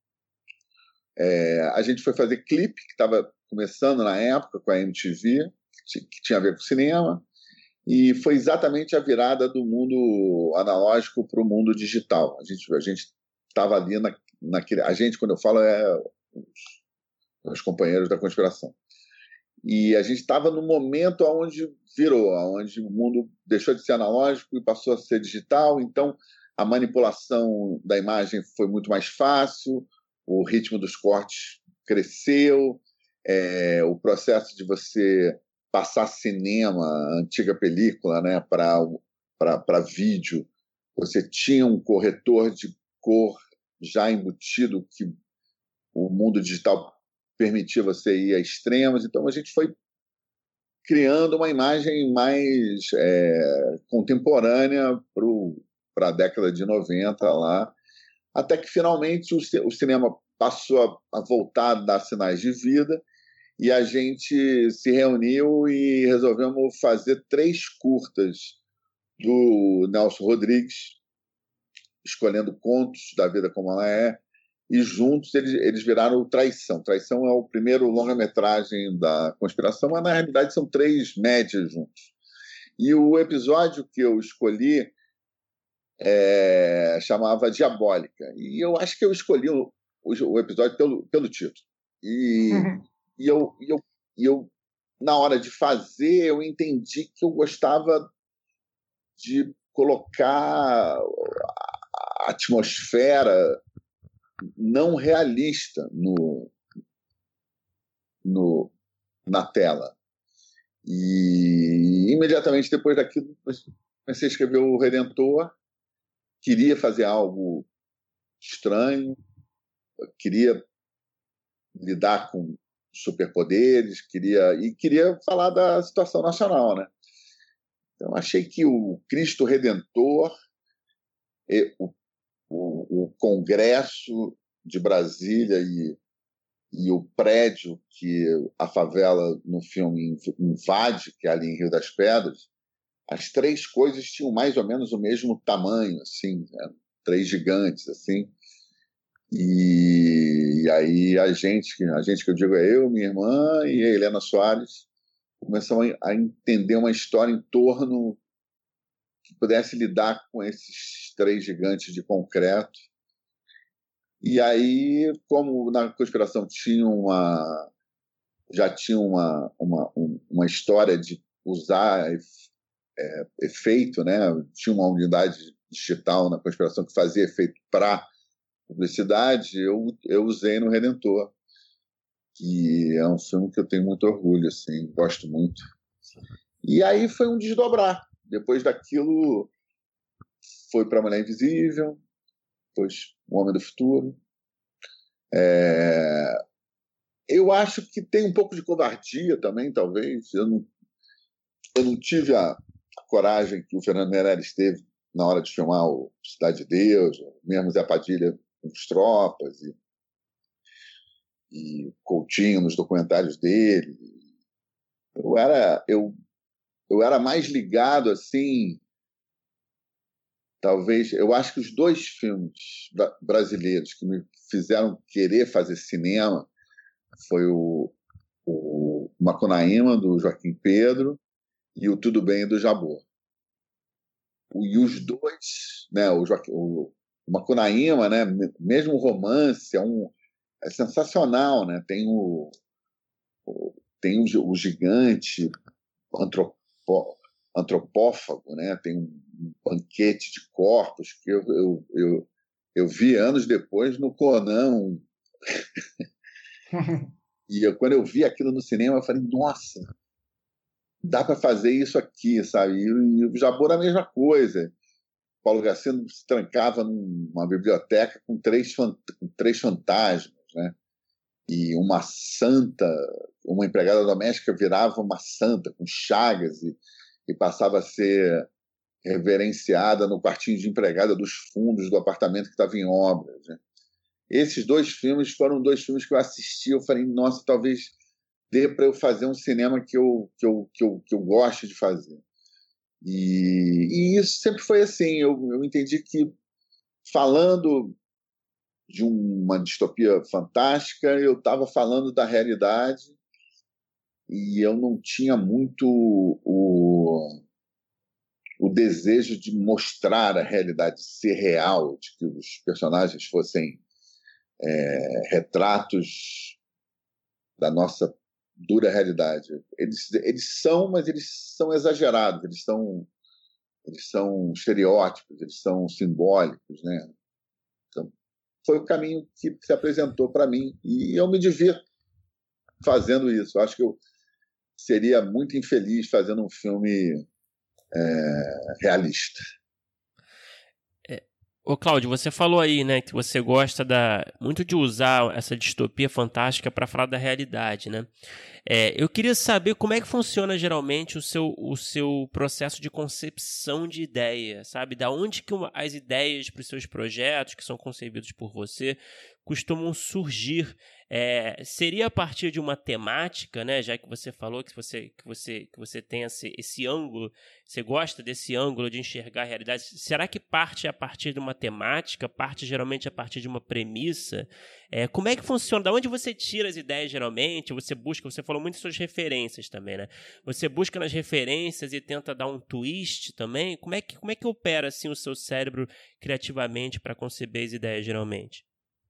É, a gente foi fazer clipe, que estava começando na época com a M T V, que tinha a ver com cinema, e foi exatamente a virada do mundo analógico para o mundo digital. A gente a gente estava ali na, naquele... A gente, quando eu falo, é os, os companheiros da conspiração. E a gente estava no momento onde virou, onde o mundo deixou de ser analógico e passou a ser digital, então a manipulação da imagem foi muito mais fácil, o ritmo dos cortes cresceu, é, o processo de você passar cinema, antiga película, né, para vídeo, você tinha um corretor de cor já embutido que o mundo digital permitia você ir a extremos, então a gente foi criando uma imagem mais é, contemporânea para o para a década de noventa lá, até que finalmente o, o cinema passou a, a voltar a dar sinais de vida e a gente se reuniu e resolvemos fazer três curtas do Nelson Rodrigues, escolhendo contos da vida como ela é, e juntos eles, eles viraram o Traição. Traição é o primeiro longa-metragem da conspiração, mas na realidade são três médias juntos. E o episódio que eu escolhi é, chamava Diabólica. E eu acho que eu escolhi o, o episódio pelo, pelo título. E, uhum. e, eu, e, eu, e eu, na hora de fazer, eu entendi que eu gostava de colocar a atmosfera não realista no, no, na tela. E imediatamente depois daquilo comecei a escrever o Redentor, queria fazer algo estranho, queria lidar com superpoderes, queria e queria falar da situação nacional, né? Então achei que o Cristo Redentor, o, o, o Congresso de Brasília e, e o prédio que a favela no filme invade, que é ali em Rio das Pedras, as três coisas tinham mais ou menos o mesmo tamanho, assim, né? Três gigantes, assim. E, e aí a gente, a gente que eu digo é eu, minha irmã e a Helena Soares, começamos a entender uma história em torno que pudesse lidar com esses três gigantes de concreto. E aí, como na conspiração tinha uma, já tinha uma, uma, uma história de usar é, efeito, né? Tinha uma unidade digital na conspiração que fazia efeito para publicidade, eu, eu usei no Redentor, que é um filme que eu tenho muito orgulho, assim, gosto muito. E aí foi um desdobrar. Depois daquilo, foi para Mulher Invisível, depois O Homem do Futuro. É... Eu acho que tem um pouco de covardia também, talvez. Eu não, eu não tive a coragem que o Fernando Meirelles teve na hora de filmar o Cidade de Deus, mesmo Zé Padilha com os Tropas, e, e Coutinho nos documentários dele. Eu era, eu, eu era mais ligado, assim, talvez... Eu acho que os dois filmes brasileiros que me fizeram querer fazer cinema foi o, o Macunaíma, do Joaquim Pedro, e o Tudo Bem, do Jabor. E os dois, né, o, Joaquim, o Macunaíma, né, mesmo o romance, é, um, é sensacional, né? Tem o, o, tem o, o gigante antropó, antropófago, né? Tem um banquete de corpos que eu, eu, eu, eu vi anos depois no Conan. E eu, quando eu vi aquilo no cinema, eu falei, nossa, dá para fazer isso aqui, sabe? E, e o Jabor a mesma coisa. Paulo Garcia se trancava numa biblioteca com três, com três fantasmas, né? E uma santa, uma empregada doméstica virava uma santa com chagas e, e passava a ser reverenciada no quartinho de empregada dos fundos do apartamento que estava em obras, né? Esses dois filmes foram dois filmes que eu assisti, eu falei, nossa, talvez dê para eu fazer um cinema que eu, que eu, que eu, que eu gosto de fazer. E, e isso sempre foi assim. Eu, eu entendi que, falando de uma distopia fantástica, eu estava falando da realidade e eu não tinha muito o, o desejo de mostrar a realidade, de ser real, de que os personagens fossem é, retratos da nossa dura realidade. Eles, eles são, mas eles são exagerados, eles são, eles são estereótipos, eles são simbólicos, né? Então, foi o caminho que se apresentou para mim e eu me divirto fazendo isso. Eu acho que eu seria muito infeliz fazendo um filme é, realista. É, Ô, Cláudio, você falou aí, né, que você gosta da, muito de usar essa distopia fantástica para falar da realidade, né? É, eu queria saber como é que funciona geralmente o seu, o seu processo de concepção de ideia, sabe? Da onde que uma, as ideias para os seus projetos, que são concebidos por você, costumam surgir. É, seria a partir de uma temática, né? Já que você falou que você, que você, que você tem esse, esse ângulo, você gosta desse ângulo de enxergar a realidade. Será que parte a partir de uma temática, parte geralmente a partir de uma premissa? É, como é que funciona? Da onde você tira as ideias geralmente? Você busca, você falou muito sobre as referências também, né? Você busca nas referências e tenta dar um twist também? Como é que, como é que opera assim, o seu cérebro criativamente para conceber as ideias geralmente?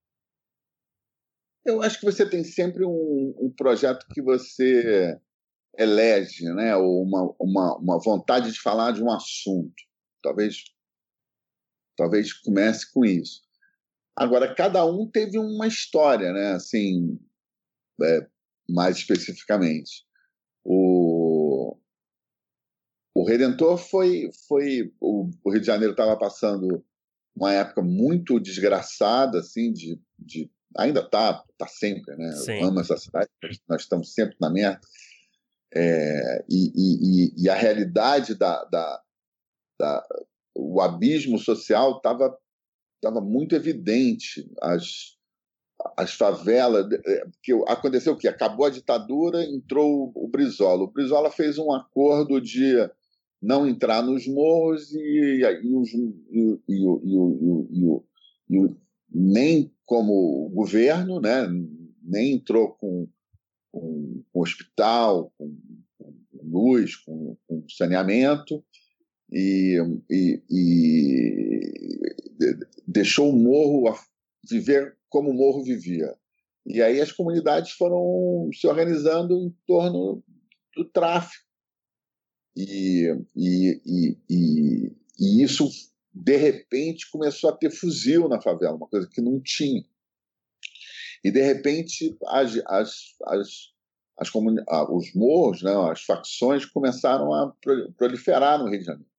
Eu acho que você tem sempre um, um projeto que você elege, né? Ou uma, uma, uma vontade de falar de um assunto. Talvez, talvez comece com isso. Agora, cada um teve uma história, né? Assim, é, mais especificamente. O, o Redentor foi... foi o, o Rio de Janeiro estava passando uma época muito desgraçada, assim, de... de ainda está, está sempre, né? Sim. Eu amo essa cidade, nós estamos sempre na merda. É, e, e, e a realidade da, da, da o abismo social estava estava muito evidente. As, as favelas, que aconteceu o quê? Acabou a ditadura, entrou o Brizola. O Brizola fez um acordo de não entrar nos morros e, e, os, e, e, e, e, e nem como governo, né? Nem entrou com, com, com hospital, com, com luz, com, com saneamento, e, e, e deixou o morro viver como o morro vivia. E aí as comunidades foram se organizando em torno do tráfico. E, e, e, e, e isso, de repente, começou a ter fuzil na favela, uma coisa que não tinha. E, de repente, as, as, as, as comuni- os morros, né, as facções começaram a proliferar no Rio de Janeiro.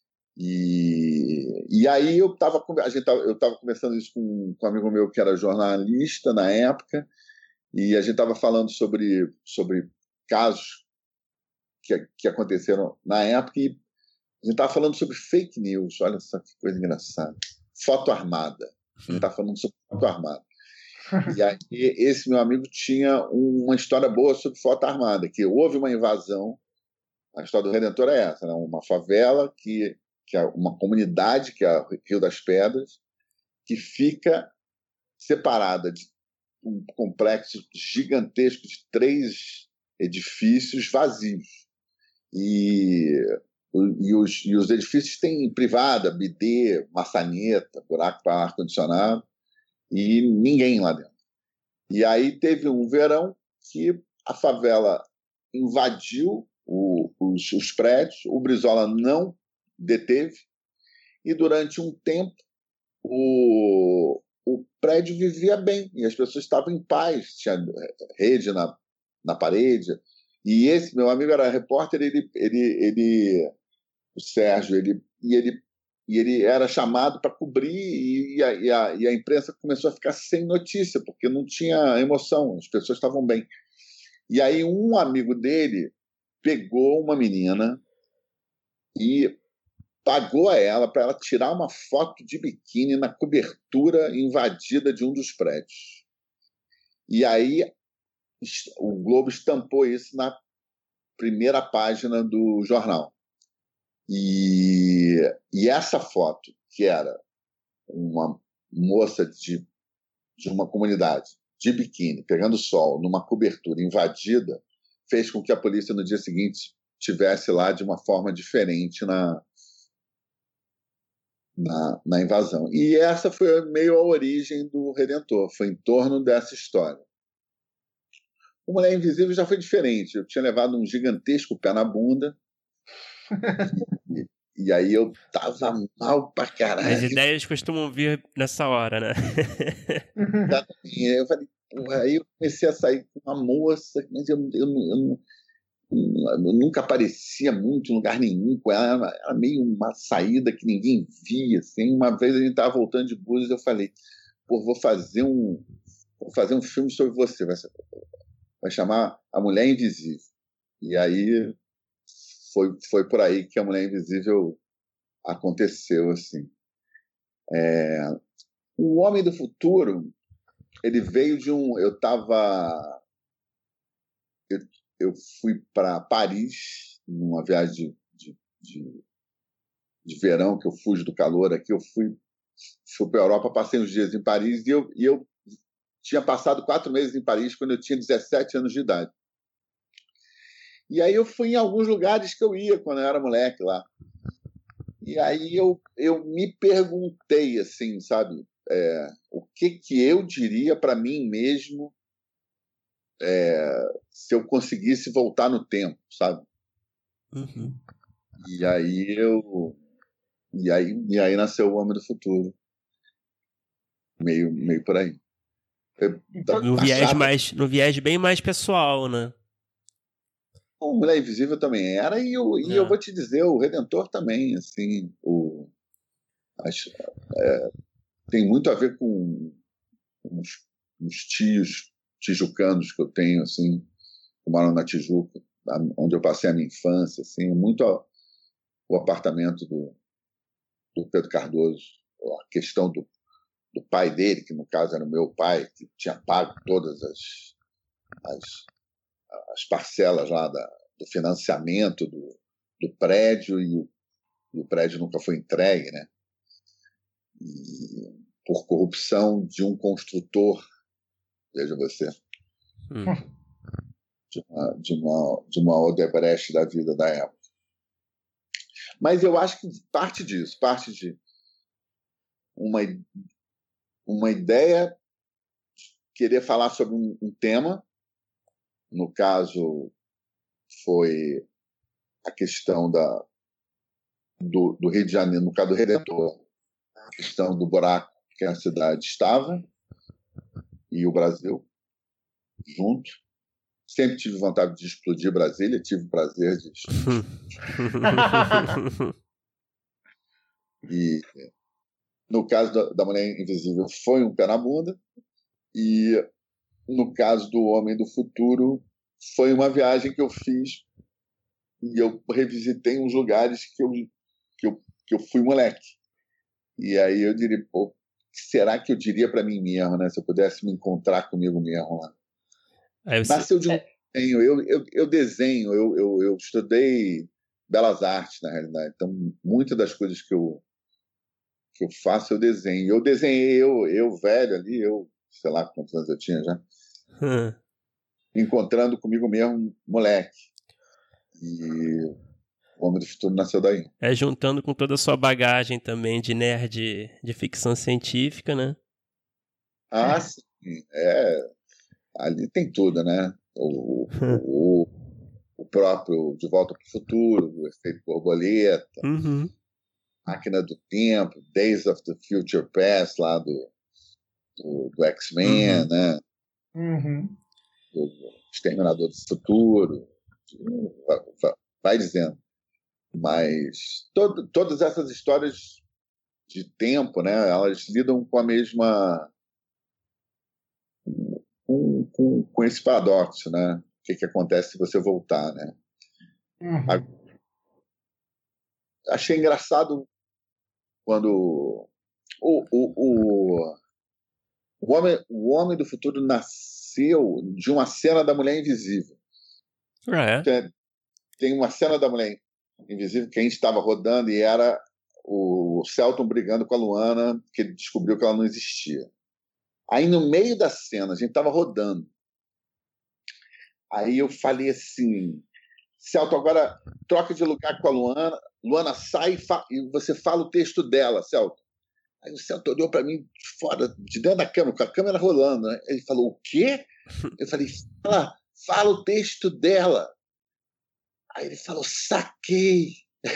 E, e aí eu estava eu estava conversando isso com, com um amigo meu que era jornalista na época, e a gente estava falando sobre, sobre casos que, que aconteceram na época, e a gente estava falando sobre fake news. Olha só que coisa engraçada. Foto armada. A gente estava falando sobre foto armada. E aí esse meu amigo tinha uma história boa sobre foto armada, que houve uma invasão. A história do Redentor é essa, né? Uma favela que que é uma comunidade, que é o Rio das Pedras, que fica separada de um complexo gigantesco de três edifícios vazios. E, e, os, e os edifícios têm privada, bidê, maçaneta, buraco para ar-condicionado, e ninguém lá dentro. E aí teve um verão que a favela invadiu o, os, os prédios, o Brizola não deteve, e durante um tempo o, o prédio vivia bem e as pessoas estavam em paz, tinha rede na, na parede. E esse meu amigo era repórter, ele, ele, ele o Sérgio, ele, e, ele, e ele era chamado para cobrir, e a, e, a, e a imprensa começou a ficar sem notícia, porque não tinha emoção, as pessoas estavam bem. E aí um amigo dele pegou uma menina e pagou a ela para ela tirar uma foto de biquíni na cobertura invadida de um dos prédios. E aí o Globo estampou isso na primeira página do jornal. E, e essa foto, que era uma moça de, de uma comunidade de biquíni, pegando sol, numa cobertura invadida, fez com que a polícia no dia seguinte estivesse lá de uma forma diferente na Na, na invasão. E essa foi meio a origem do Redentor, foi em torno dessa história. O Mulher Invisível já foi diferente. Eu tinha levado um gigantesco pé na bunda, e, e aí eu tava mal pra caralho. As ideias costumam vir nessa hora, né? Eu falei, porra, aí eu comecei a sair com uma moça, mas eu, eu, eu, nunca aparecia muito em lugar nenhum com ela, era meio uma saída que ninguém via, assim. Uma vez a gente estava voltando de Búzios, eu falei, pô, vou fazer um vou fazer um filme sobre você, vai, ser, vai chamar A Mulher Invisível. E aí foi, foi por aí que A Mulher Invisível aconteceu, assim. É, o Homem do Futuro, ele veio de um... Eu estava... Eu, eu fui para Paris, numa viagem de, de, de, de verão, que eu fujo do calor aqui. Eu fui, fui para a Europa, passei uns dias em Paris, e eu, e eu tinha passado quatro meses em Paris quando eu tinha dezessete anos de idade. E aí eu fui em alguns lugares que eu ia quando eu era moleque lá. E aí eu, eu me perguntei, assim, sabe, é, o que, que eu diria para mim mesmo é, se eu conseguisse voltar no tempo, sabe? Uhum. E aí eu... E aí, e aí nasceu O Homem do Futuro. Meio, meio por aí. Eu, tá, no, tá viés mais, no viés bem mais pessoal, né? O Mulher Invisível também era, e eu, e eu vou te dizer, o Redentor também, assim, o, acho, é, tem muito a ver com uns, uns tios tijucanos que eu tenho, assim, que moram na Tijuca, onde eu passei a minha infância, assim, muito a, o apartamento do, do Pedro Cardoso, a questão do, do pai dele, que no caso era o meu pai, que tinha pago todas as, as, as parcelas lá da, do financiamento do, do prédio, e o, e o prédio nunca foi entregue, né? E, por corrupção de um construtor, veja você, hum. de, uma, de, uma, de uma Odebrecht da vida da época. Mas eu acho que parte disso, parte de uma, uma ideia de querer falar sobre um, um tema, no caso foi a questão da, do, do Rio de Janeiro, no caso do Redentor, a questão do buraco que a cidade estava e o Brasil junto. Sempre tive vontade de explodir Brasília, tive o prazer de explodir. E no caso da, da Mulher Invisível foi um pé na bunda, e no caso do Homem do Futuro foi uma viagem que eu fiz e eu revisitei uns lugares que eu, que eu, que eu fui moleque. E aí eu diria, pô, será que eu diria para mim mesmo, né? Se eu pudesse me encontrar comigo mesmo lá. Aí você... Nasceu de um desenho. Eu, eu, eu desenho, eu, eu, eu estudei Belas Artes, na realidade. Então, muitas das coisas que eu, que eu faço, eu desenho. Eu desenhei, eu, eu velho ali, eu, sei lá quantos anos eu tinha já, hum. encontrando comigo mesmo, moleque. E O Homem do Futuro nasceu daí. É, juntando com toda a sua bagagem também de nerd de ficção científica, né? Ah, sim. É, ali tem tudo, né? O, o, o próprio De Volta para o Futuro, o Efeito Borboleta, uhum. Máquina do Tempo, Days of the Future Past, lá do, do, do X-Men, uhum. né? Uhum. O Exterminador do Futuro, vai, vai dizendo. Mas todo, todas essas histórias de tempo, né, elas lidam com a mesma... com, com, com esse paradoxo, né? O que, que acontece se você voltar, né? Uhum. Achei engraçado quando o, o, o, o, homem, o Homem do Futuro nasceu de uma cena da Mulher Invisível. Ah, é? Tem, tem uma cena da Mulher Invisível que a gente estava rodando e era o Celton brigando com a Luana, que ele descobriu que ela não existia. Aí, no meio da cena, a gente estava rodando. Aí eu falei assim, Celton, agora troca de lugar com a Luana, Luana sai e, fa- e você fala o texto dela, Celton. Aí o Celton olhou para mim de fora, de dentro da câmera, com a câmera rolando, né? Ele falou, o quê? Eu falei, fala, fala o texto dela. Aí ele falou, saquei.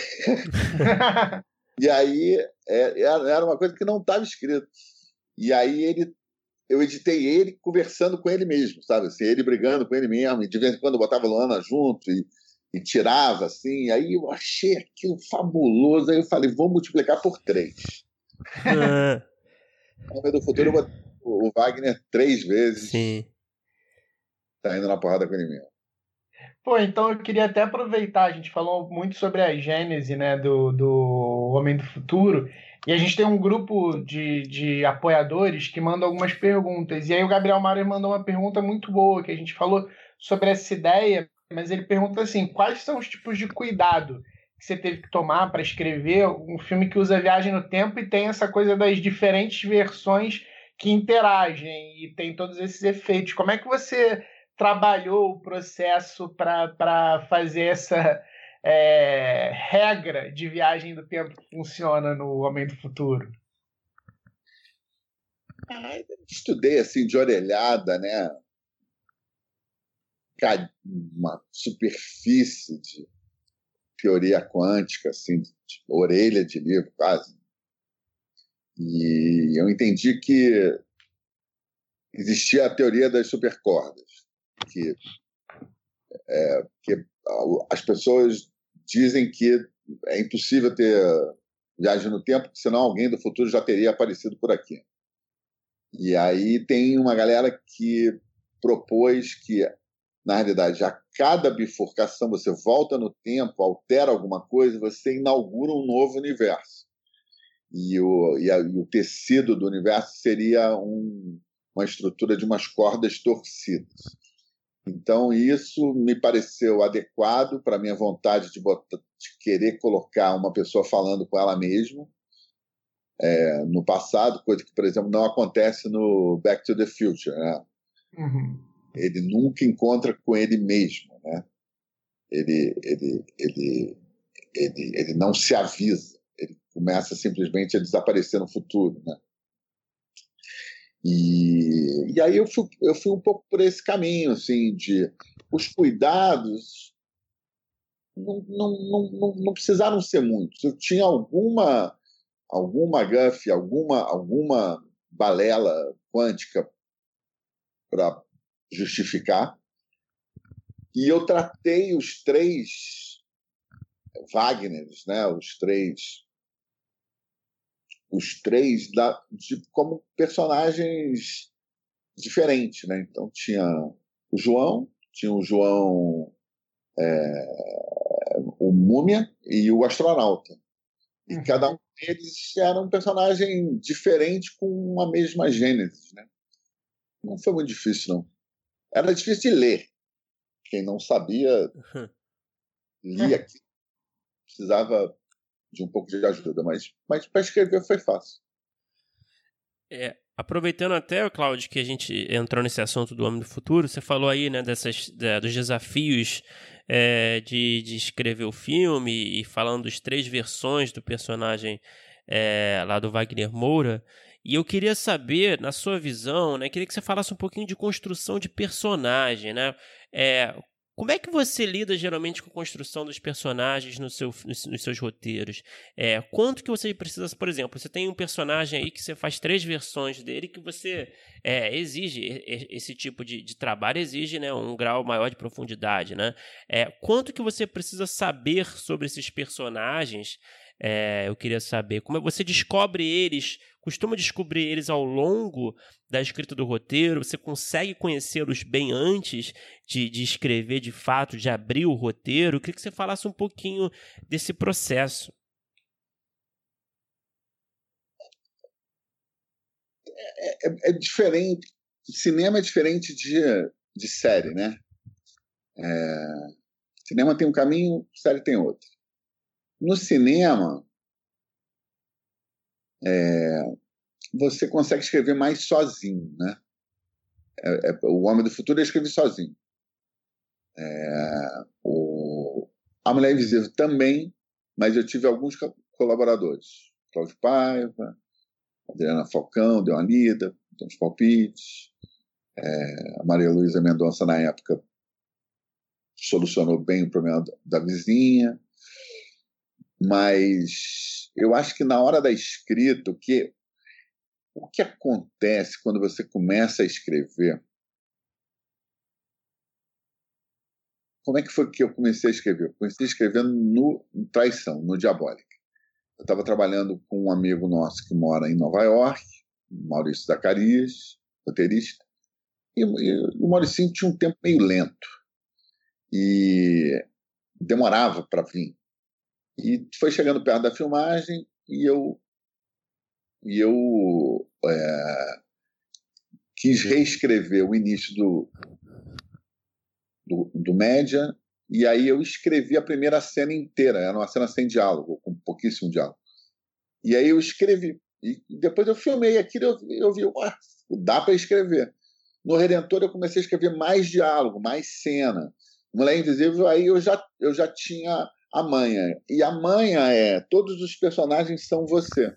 E aí é, era uma coisa que não estava escrito. E aí ele, eu editei ele conversando com ele mesmo, sabe? Assim, ele brigando com ele mesmo, e de vez em quando eu botava a Luana junto, e, e tirava, assim, aí eu achei aquilo fabuloso, aí eu falei, vou multiplicar por três. No Homem do Futuro eu botei o Wagner três vezes. Sim. Tá indo na porrada com ele mesmo. Pô, então eu queria até aproveitar, a gente falou muito sobre a gênese, né, do, do Homem do Futuro, e a gente tem um grupo de, de apoiadores que mandam algumas perguntas, e aí o Gabriel Mário mandou uma pergunta muito boa, que a gente falou sobre essa ideia, mas ele pergunta assim, quais são os tipos de cuidado que você teve que tomar para escrever um filme que usa viagem no tempo e tem essa coisa das diferentes versões que interagem e tem todos esses efeitos. Como é que você trabalhou o processo para fazer essa é, regra de viagem do tempo que funciona no Homem do Futuro? Ah, estudei assim de orelhada, né? Uma superfície de teoria quântica, assim, de orelha de livro, quase. E eu entendi que existia a teoria das supercordas, que, é, que as pessoas dizem que é impossível ter viagem no tempo, senão alguém do futuro já teria aparecido por aqui. E aí tem uma galera que propôs que, na realidade, a cada bifurcação você volta no tempo, altera alguma coisa, você inaugura um novo universo. E o, e a, e o tecido do universo seria um, uma estrutura de umas cordas torcidas. Então, isso me pareceu adequado para a minha vontade de, botar, de querer colocar uma pessoa falando com ela mesma é, no passado, coisa que, por exemplo, não acontece no Back to the Future, né? Uhum. Ele nunca encontra com ele mesmo, né? Ele, ele, ele, ele, ele não se avisa, ele começa simplesmente a desaparecer no futuro, né? E, e aí eu fui, eu fui um pouco por esse caminho, assim, de os cuidados não, não, não, não, não precisaram ser muitos. Eu tinha alguma alguma gafe, alguma alguma balela quântica para justificar. E eu tratei os três Wagners, né, os três os três da, de, como personagens diferentes, né? Então tinha o João, tinha o João, é, o Múmia e o Astronauta. E uhum. Cada um deles era um personagem diferente com a mesma gênese, né? Não foi muito difícil, não. Era difícil de ler. Quem não sabia, lia aqui. Precisava de um pouco de ajuda, mas, mas para escrever foi fácil. É, aproveitando até, Cláudio, que a gente entrou nesse assunto do Homem do Futuro, você falou aí, né, dessas, da, dos desafios é, de, de escrever o filme e falando das três versões do personagem é, lá do Wagner Moura. E eu queria saber, na sua visão, né, queria que você falasse um pouquinho de construção de personagem, né? É, como é que você lida geralmente com a construção dos personagens no seu, nos, nos seus roteiros? É, quanto que você precisa, por exemplo, você tem um personagem aí que você faz três versões dele que você é, exige, esse tipo de, de trabalho exige, né, um grau maior de profundidade, né? É, quanto que você precisa saber sobre esses personagens? É, eu queria saber como você descobre eles, costuma descobrir eles ao longo da escrita do roteiro, você consegue conhecê-los bem antes de, de escrever de fato, de abrir o roteiro. Eu queria que você falasse um pouquinho desse processo. É, é, é diferente, cinema é diferente de, de série, né? É, cinema tem um caminho, série tem outro. No cinema, é, você consegue escrever mais sozinho, né? É, é, o Homem do Futuro eu escrevi sozinho. É, o, a Mulher Invisível também, mas eu tive alguns colaboradores. Cláudio Paiva, Adriana Falcão, deu uma lida, deu uns palpites. É, a Maria Luísa Mendonça, na época, solucionou bem o problema da vizinha. Mas eu acho que na hora da escrita, o que, o que acontece quando você começa a escrever, como é que foi que eu comecei a escrever? Eu comecei escrevendo no Traição, no Diabólica. Eu estava trabalhando com um amigo nosso que mora em Nova York, Maurício Zacarias, roteirista, e, e o Mauricinho tinha um tempo meio lento e demorava para vir. E foi chegando perto da filmagem e eu, e eu é, quis reescrever o início do, do, do Média, e aí eu escrevi a primeira cena inteira. Era uma cena sem diálogo, com pouquíssimo diálogo. E aí eu escrevi. E depois eu filmei aquilo e eu, eu vi, ué, dá para escrever. No Redentor eu comecei a escrever mais diálogo, mais cena. Mulher Invisível, aí eu já, eu já tinha a manha. E a manha é, todos os personagens são você.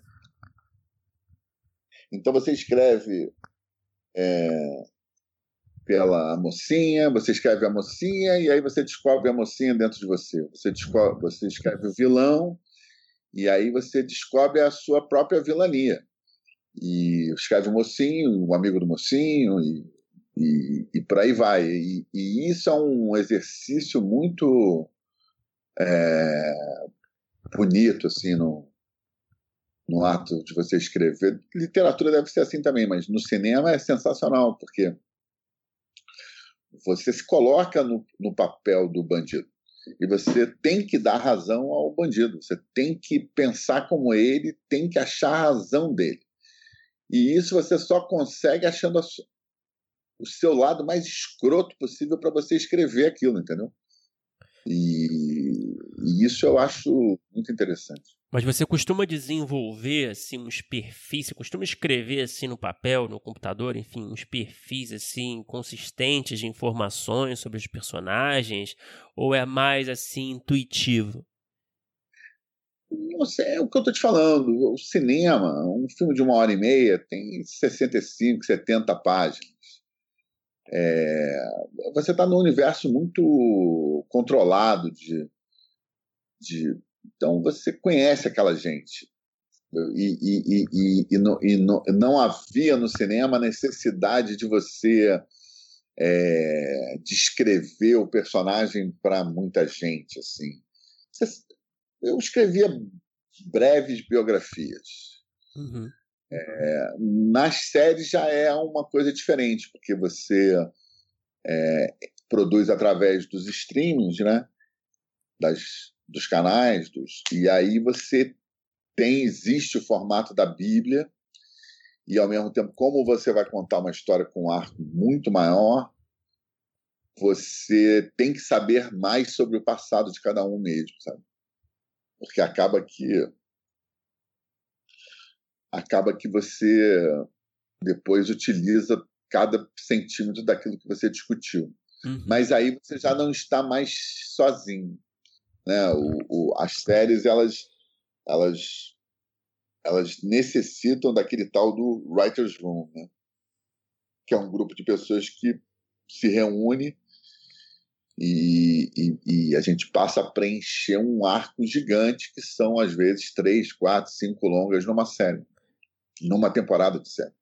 Então você escreve é, pela mocinha, você escreve a mocinha e aí você descobre a mocinha dentro de você. Você, descobre, você escreve o vilão e aí você descobre a sua própria vilania. E escreve o mocinho, o amigo do mocinho e, e, e por aí vai. E, e isso é um exercício muito é, bonito, assim, no, no ato de você escrever. Literatura deve ser assim também, mas no cinema é sensacional, porque você se coloca no, no papel do bandido e você tem que dar razão ao bandido, você tem que pensar como ele, tem que achar a razão dele. E isso você só consegue achando a, o seu lado mais escroto possível para você escrever aquilo, entendeu? E, e isso eu acho muito interessante. Mas você costuma desenvolver assim uns perfis, você costuma escrever assim no papel, no computador, enfim, uns perfis assim consistentes de informações sobre os personagens, ou é mais assim intuitivo? Não sei, é o que eu estou te falando. O cinema, um filme de uma hora e meia tem sessenta e cinco, setenta páginas. É, você está num universo muito controlado de, de então você conhece aquela gente e, e, e, e, não, e não, não havia no cinema a necessidade de você é, descrever o personagem para muita gente assim. Eu escrevia breves biografias. Uhum. É, nas séries já é uma coisa diferente, porque você é, produz através dos streamings, né? Das, dos canais, dos, e aí você tem, existe o formato da Bíblia, e ao mesmo tempo, como você vai contar uma história com um arco muito maior, você tem que saber mais sobre o passado de cada um mesmo, sabe? Porque acaba que acaba que você depois utiliza cada centímetro daquilo que você discutiu. Uhum. Mas aí você já não está mais sozinho, né? O, o, as séries, elas, elas, elas necessitam daquele tal do Writer's Room, né? Que é um grupo de pessoas que se reúne e, e, e a gente passa a preencher um arco gigante que são, às vezes, três, quatro, cinco longas numa série, numa temporada de série.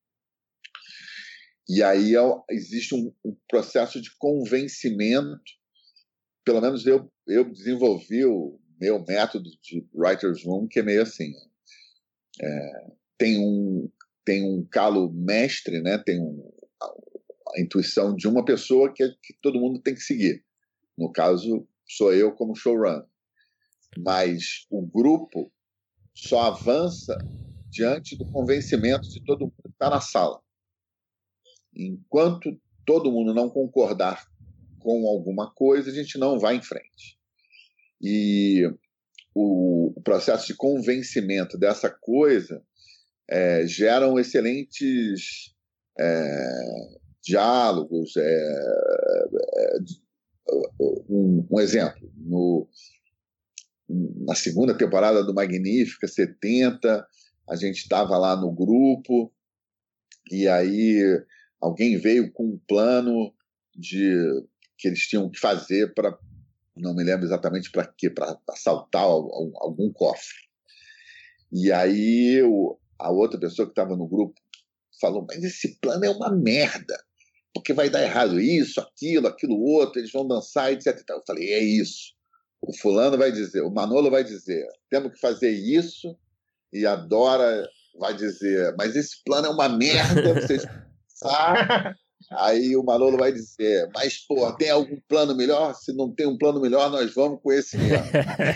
E aí existe um, um processo de convencimento, pelo menos eu, eu desenvolvi o meu método de Writer's Room, que é meio assim, é, tem, um, tem um calo mestre, né? Tem um, a, a intuição de uma pessoa que, que todo mundo tem que seguir. No caso, sou eu como showrunner. Mas o grupo só avança diante do convencimento de todo mundo que está na sala. Enquanto todo mundo não concordar com alguma coisa, a gente não vai em frente. E o, o processo de convencimento dessa coisa é, geram excelentes é, diálogos. É, é, um, um exemplo, no, na segunda temporada do Magnífica, setenta, a gente estava lá no grupo e aí alguém veio com um plano de que eles tinham que fazer para, não me lembro exatamente para quê, para assaltar algum, algum cofre. E aí o, a outra pessoa que estava no grupo falou, mas esse plano é uma merda. porque vai dar errado isso, aquilo, aquilo outro, eles vão dançar, etcétera. Eu falei, é isso. O fulano vai dizer, o Manolo vai dizer, temos que fazer isso, e a Dora vai dizer, mas esse plano é uma merda, vocês pensar. Aí o Manolo vai dizer, mas, pô, tem algum plano melhor? Se não tem um plano melhor, nós vamos com esse mesmo.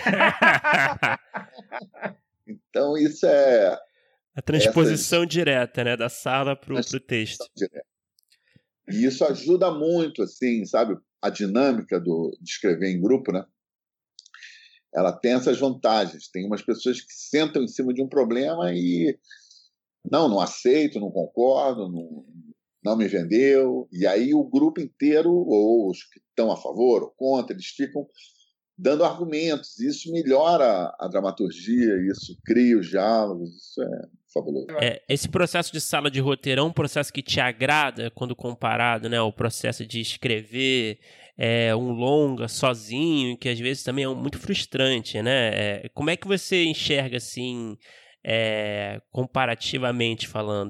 Então, isso é... A transposição essas... direta, né? Da sala para o texto. Direta. E isso ajuda muito, assim, sabe? A dinâmica do, de escrever em grupo, né? Ela tem essas vantagens. Tem umas pessoas que sentam em cima de um problema e não, não aceito, não concordo, não, não me vendeu. E aí o grupo inteiro, ou os que estão a favor ou contra, eles ficam dando argumentos. Isso melhora a dramaturgia, isso cria os diálogos, isso é fabuloso. É, esse processo de sala de roteiro é um processo que te agrada quando comparado, né, ao processo de escrever é, um longa sozinho, que às vezes também é muito frustrante, né? É, como é que você enxerga, assim, é, comparativamente falando?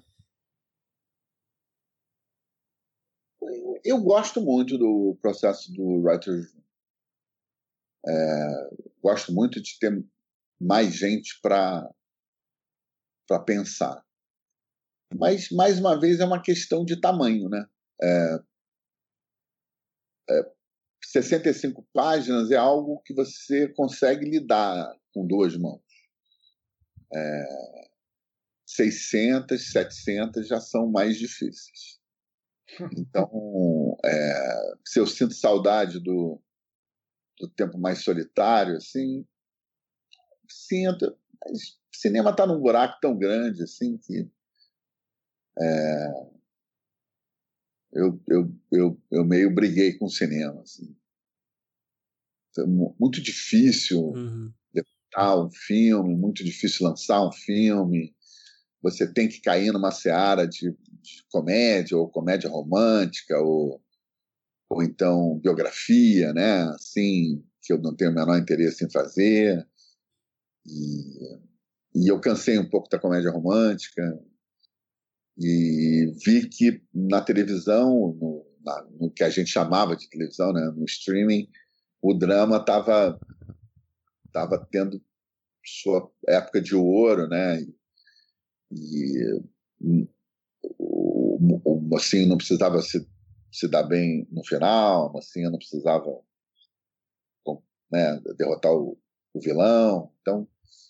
Eu gosto muito do processo do Writer's Room. É, gosto muito de ter mais gente para para pensar. Mas, mais uma vez, é uma questão de tamanho, né? É, é, sessenta e cinco páginas é algo que você consegue lidar com duas mãos. É, seiscentas, setecentas já são mais difíceis. Então, é, se eu sinto saudade do, do tempo mais solitário, assim, sinto. Mas o cinema está num buraco tão grande assim que é, eu, eu, eu, eu meio briguei com o cinema. Assim. Foi muito difícil uhum. deputar um filme, muito difícil lançar um filme. Você tem que cair numa seara de, de comédia, ou comédia romântica, ou, ou então biografia, né? Assim, que eu não tenho o menor interesse em fazer. E, e eu cansei um pouco da comédia romântica e vi que na televisão, no, na, no que a gente chamava de televisão, né, no streaming, o drama estava tava tendo sua época de ouro, né? E o, o mocinho não precisava se, se dar bem no final, a mocinha não precisava, né, derrotar o, o vilão. Então,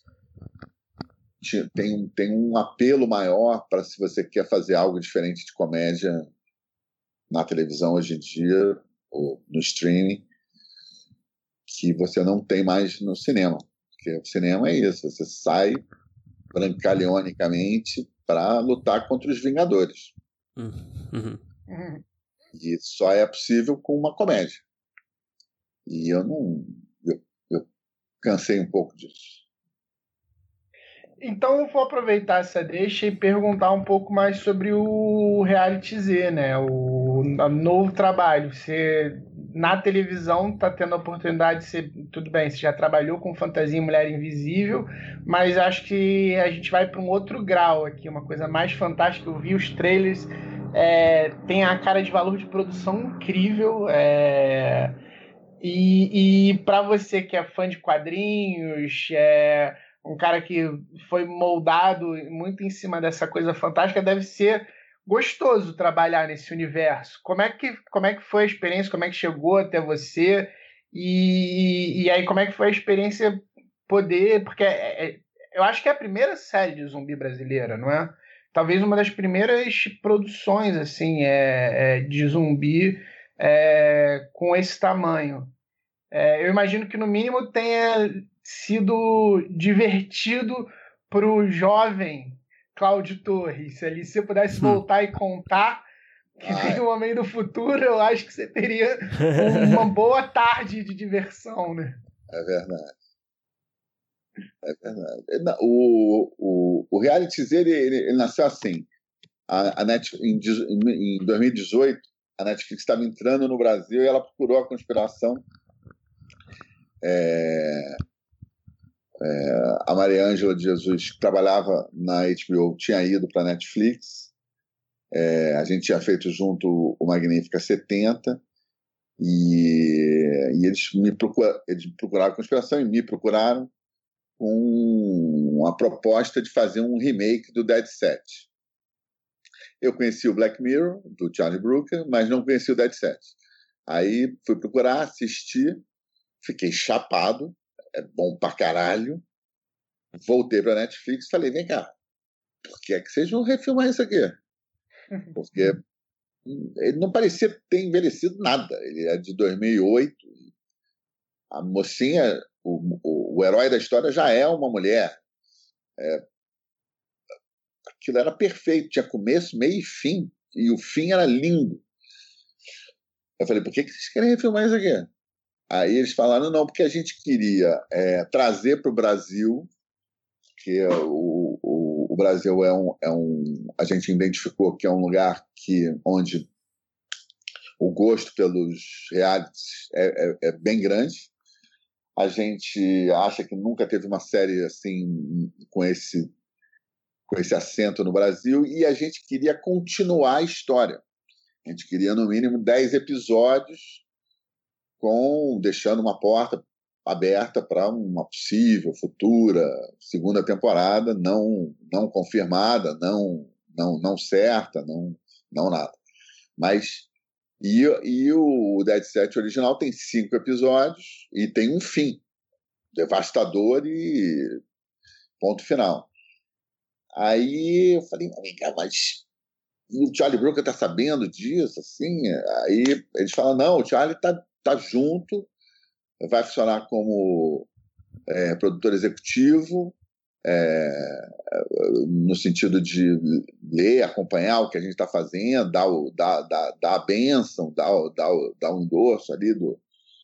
tem um, tem um apelo maior para se você quer fazer algo diferente de comédia na televisão hoje em dia, ou no streaming, que você não tem mais no cinema. Porque o cinema é isso, você sai brancaleonicamente para lutar contra os Vingadores. Uhum. E só é possível com uma comédia. E eu não... Eu, eu cansei um pouco disso. Então eu vou aproveitar essa deixa e perguntar um pouco mais sobre o Reality Z, né? O novo trabalho. Você, na televisão, está tendo a oportunidade de ser... Tudo bem, você já trabalhou com Fantasia e Mulher Invisível, mas acho que a gente vai para um outro grau aqui, uma coisa mais fantástica. Eu vi os trailers, é, tem a cara de valor de produção incrível, é, e, e para você que é fã de quadrinhos, é... um cara que foi moldado muito em cima dessa coisa fantástica, deve ser gostoso trabalhar nesse universo. Como é que, como é que foi a experiência? Como é que chegou até você? E, e aí, como é que foi a experiência poder... Porque é, é, eu acho que é a primeira série de zumbi brasileira, não é? Talvez uma das primeiras produções assim, é, é, de zumbi é, com esse tamanho. É, eu imagino que, no mínimo, tenha sido divertido para o jovem Cláudio Torres. Se ali você pudesse voltar e contar que Ai. tem um homem do futuro, eu acho que você teria uma boa tarde de diversão, né? É verdade. É verdade. O, o, o Reality Z, ele, ele, ele nasceu assim. A, a Net, em, em dois mil e dezoito, a Netflix estava entrando no Brasil e ela procurou a conspiração. É, é, a Maria Ângela de Jesus, que trabalhava na H B O, tinha ido para a Netflix É, a gente tinha feito junto o Magnífica setenta, e, e eles, me procura, eles procuraram com inspiração e me procuraram com uma proposta de fazer um remake do Dead Set. Eu conheci o Black Mirror, do Charlie Brooker, mas não conheci o Dead Set. Aí fui procurar, assisti, fiquei chapado, é bom pra caralho. Voltei pra Netflix e falei, vem cá, por que é que vocês vão refilmar isso aqui? Porque ele não parecia ter envelhecido nada. Ele é de dois mil e oito. A mocinha, o, o, o herói da história já é uma mulher. É, aquilo era perfeito, tinha começo, meio e fim. E o fim era lindo. Eu falei, por que, que vocês querem refilmar isso aqui? Aí eles falaram, não, porque a gente queria é, trazer para o Brasil, que o, o, o Brasil é um, é um... A gente identificou que é um lugar que, onde o gosto pelos realities é, é, é bem grande. A gente acha que nunca teve uma série assim com esse, com esse acento no Brasil, e a gente queria continuar a história. A gente queria, no mínimo, dez episódios, com, deixando uma porta aberta para uma possível futura segunda temporada, não, não confirmada, não, não, não certa, não, não nada. Mas e, e o Dead Set original tem cinco episódios e tem um fim devastador e ponto final. Aí eu falei, mas e o Charlie Brooker tá sabendo disso, assim? Aí eles falam, não, o Charlie tá, tá junto, vai funcionar como é, produtor executivo, é, no sentido de ler, acompanhar o que a gente está fazendo, dar, o, dar, dar, dar a bênção, dar, dar, dar um endorso ali do,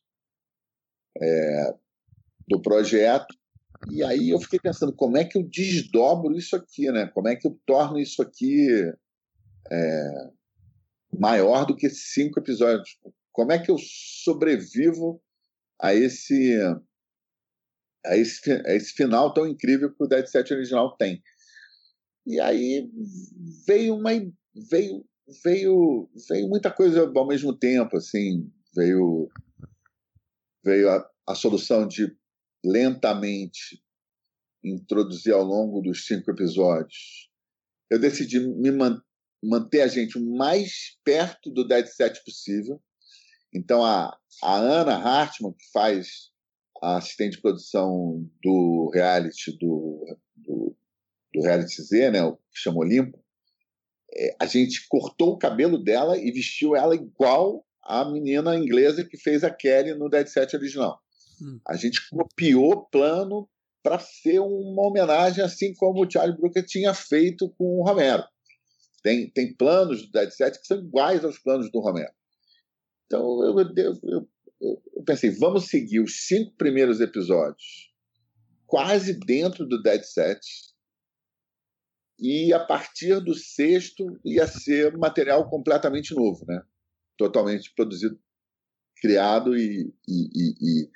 é, do projeto. E aí eu fiquei pensando, como é que eu desdobro isso aqui, né? Como é que eu torno isso aqui é, maior do que cinco episódios? Como é que eu sobrevivo a esse, a esse, a esse final tão incrível que o Dead Set original tem? E aí veio uma veio veio veio muita coisa ao mesmo tempo, assim, veio veio a, a solução de lentamente introduzir ao longo dos cinco episódios. Eu decidi me man, manter a gente o mais perto do Dead Set possível. Então a, a Ana Hartmann, que faz a assistente de produção do reality do, do do Reality Z, né, o que chama Olimpo, é, a gente cortou o cabelo dela e vestiu ela igual a menina inglesa que fez a Kelly no Dead Set original. Hum. A gente copiou o plano para ser uma homenagem, assim como o Charlie Brooker tinha feito com o Romero. Tem, tem planos do Dead Set que são iguais aos planos do Romero. Então eu, eu, eu, eu pensei, vamos seguir os cinco primeiros episódios quase dentro do Dead Set, e a partir do sexto ia ser material completamente novo, né? Totalmente produzido, criado e e, e,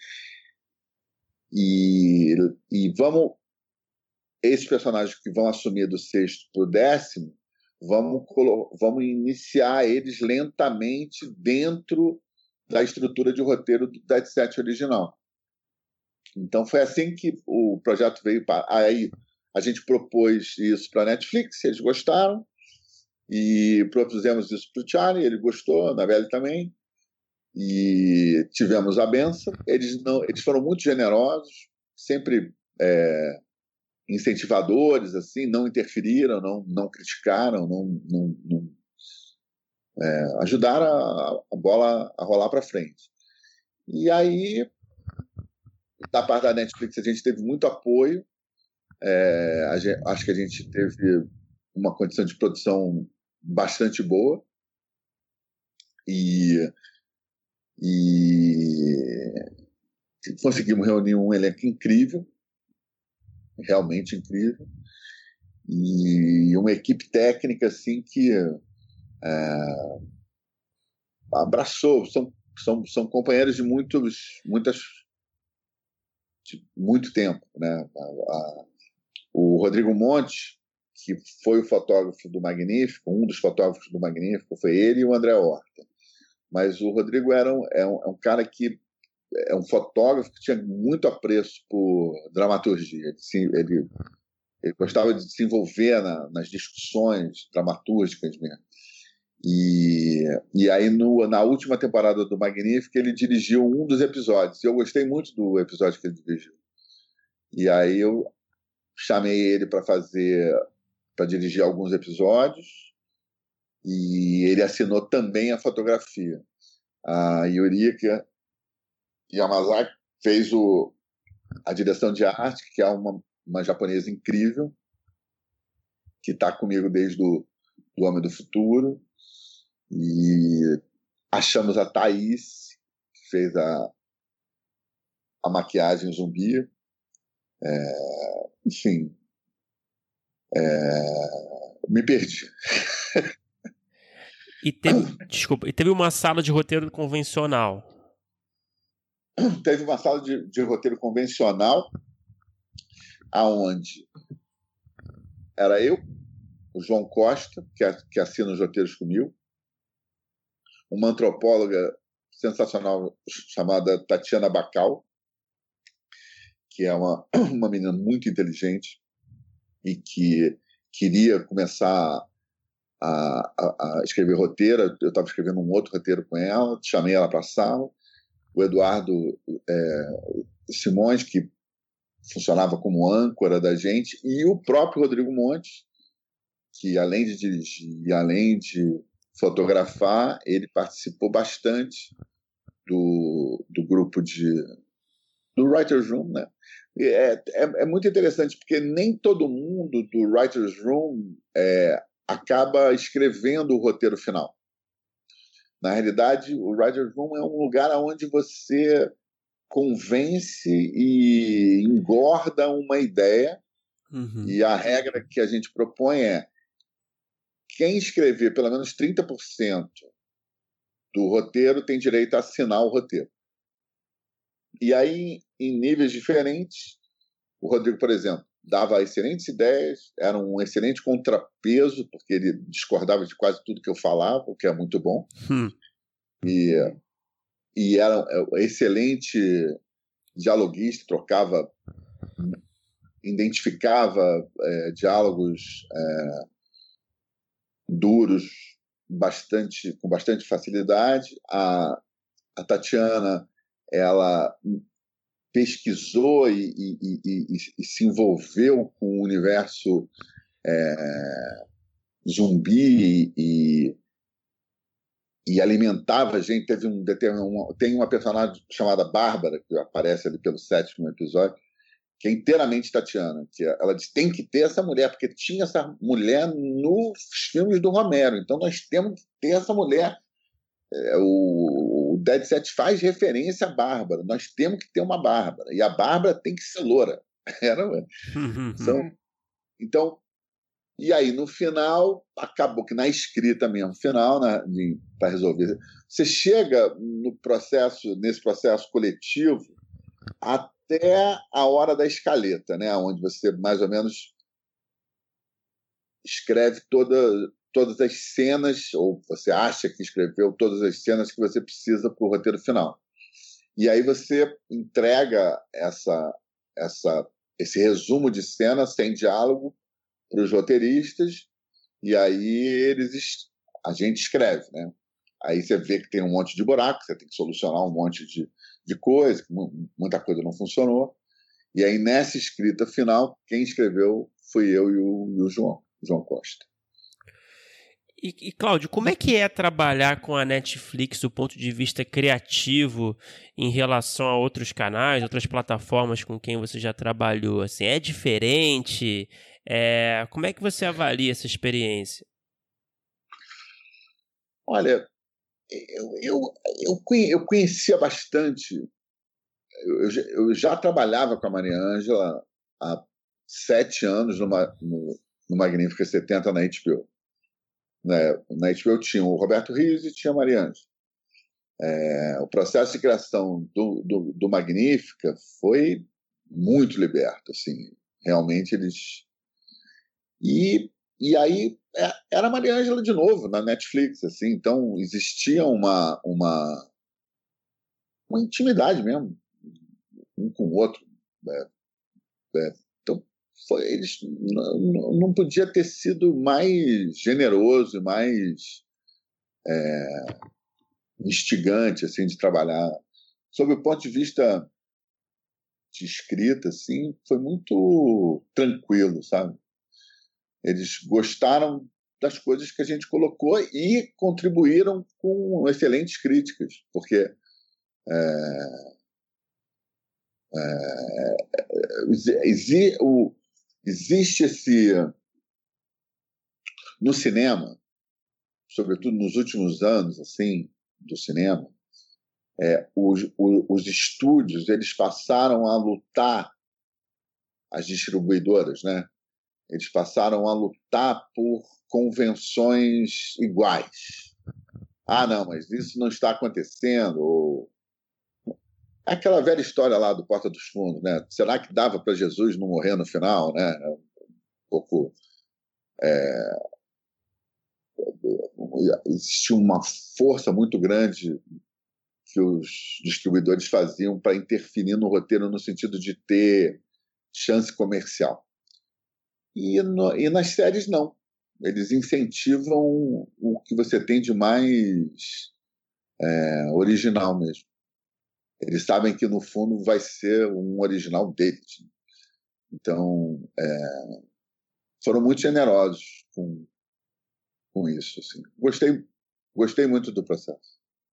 e, e vamos esses personagens que vão assumir do sexto para o décimo, vamos, vamos iniciar eles lentamente dentro da estrutura de roteiro do Dead Set original. Então foi assim que o projeto veio para aí. A gente propôs isso para a Netflix, eles gostaram, e propusemos isso para o Charlie, ele gostou, a Annabelle também, e tivemos a benção. Eles, não, eles foram muito generosos, sempre é, incentivadores, assim, não interferiram, não, não criticaram, não, não, não é, ajudaram a, a bola a rolar para frente. E aí, da parte da Netflix, a gente teve muito apoio. É, gente, acho que a gente teve uma condição de produção bastante boa e, e conseguimos reunir um elenco incrível, realmente incrível, e uma equipe técnica assim que é, abraçou. São, são, são companheiros de muitos, muitas, de muito tempo, né? A, a, O Rodrigo Monte, que foi o fotógrafo do Magnífico, um dos fotógrafos do Magnífico, foi ele e o André Horta. Mas o Rodrigo era um, é, um, é um cara que é um fotógrafo que tinha muito apreço por dramaturgia. Ele, ele, ele gostava de se envolver na, nas discussões dramatúrgicas mesmo. E, e aí, no, na última temporada do Magnífico, ele dirigiu um dos episódios. E eu gostei muito do episódio que ele dirigiu. E aí eu chamei ele para fazer, para dirigir alguns episódios. E ele assinou também a fotografia. A Yurika Yamazaki fez o, a direção de arte, que é uma, uma japonesa incrível, que está comigo desde o do Homem do Futuro. E achamos a Thaís, que fez a, a maquiagem zumbi. É, enfim, é, me perdi. E teve, desculpa, e teve uma sala de roteiro convencional. Teve uma sala de, de roteiro convencional, aonde era eu, o João Costa, que, que assina os roteiros comigo, uma antropóloga sensacional chamada Tatiana Bacal, que é uma, uma menina muito inteligente e que queria começar a, a, a escrever roteiro. Eu estava escrevendo um outro roteiro com ela, chamei ela para a sala. O Eduardo é, Simões, que funcionava como âncora da gente, e o próprio Rodrigo Montes, que além de dirigir e além de fotografar, ele participou bastante do, do grupo de do Writer's Room, né? É, é, é muito interessante, porque nem todo mundo do Writer's Room é, acaba escrevendo o roteiro final. Na realidade, o Writer's Room é um lugar onde você convence e engorda uma ideia, uhum. E a regra que a gente propõe é quem escrever pelo menos trinta por cento do roteiro tem direito a assinar o roteiro. E aí, em níveis diferentes, o Rodrigo, por exemplo, dava excelentes ideias, era um excelente contrapeso, porque ele discordava de quase tudo que eu falava, o que é muito bom. Hum. E, e era um excelente dialoguista, trocava, identificava é, diálogos é, duros bastante, com bastante facilidade. A, a Tatiana, ela pesquisou e, e, e, e se envolveu com o universo é, zumbi e, e alimentava a gente. Teve um, uma, tem uma personagem chamada Bárbara, que aparece ali pelo sétimo episódio, que é inteiramente Tatiana, que ela diz, tem que ter essa mulher, porque tinha essa mulher nos filmes do Romero, então nós temos que ter essa mulher. É, o, o Dead Set faz referência à Bárbara, nós temos que ter uma Bárbara, e a Bárbara tem que ser loura. Era, são, então, e aí no final, acabou que na escrita mesmo, final, para resolver, você chega no processo, nesse processo coletivo, até a hora da escaleta, né, onde você mais ou menos escreve toda, todas as cenas, ou você acha que escreveu todas as cenas que você precisa para o roteiro final. E aí você entrega essa, essa, esse resumo de cena sem diálogo para os roteiristas, e aí eles, a gente escreve, né? Aí você vê que tem um monte de buraco, você tem que solucionar um monte de, de coisa, muita coisa não funcionou. E aí, nessa escrita final, quem escreveu foi eu e o, e o João, João Costa. E, e, Cláudio, como é que é trabalhar com a Netflix do ponto de vista criativo em relação a outros canais, outras plataformas com quem você já trabalhou? Assim, é diferente? É, como é que você avalia essa experiência? Olha, eu, eu, eu, eu conhecia bastante. Eu, eu já trabalhava com a Maria Ângela há sete anos numa, no, no Magnífica setenta na H B O. Né? Na H B O tinha o Roberto Rios e tinha a Maria Ângela. É, o processo de criação do, do, do Magnífica foi muito liberto. Assim, realmente eles, E, e aí era a Maria Ângela de novo, na Netflix. Assim, então existia uma, uma, uma intimidade mesmo, um com o outro. Né? É, então, foi, eles não, não podia ter sido mais generoso, mais é, instigante assim, de trabalhar. Sob o ponto de vista de escrita, assim, foi muito tranquilo, sabe? Eles gostaram das coisas que a gente colocou e contribuíram com excelentes críticas, porque é, é, exi, o, existe esse... No cinema, sobretudo nos últimos anos assim, do cinema, é, os, os, os estúdios eles passaram a lutar, as distribuidoras, né? Eles passaram a lutar por convenções iguais. Ah, não, mas isso não está acontecendo. Ou... Aquela velha história lá do Porta dos Fundos, né? Será que dava para Jesus não morrer no final, né? Um pouco... É... Existia uma força muito grande que os distribuidores faziam para interferir no roteiro no sentido de ter chance comercial. E, no, e nas séries, não. Eles incentivam o que você tem de mais é, original mesmo. Eles sabem que, no fundo, vai ser um original deles. Então, é, foram muito generosos com, com isso. Assim. Gostei, gostei muito do processo.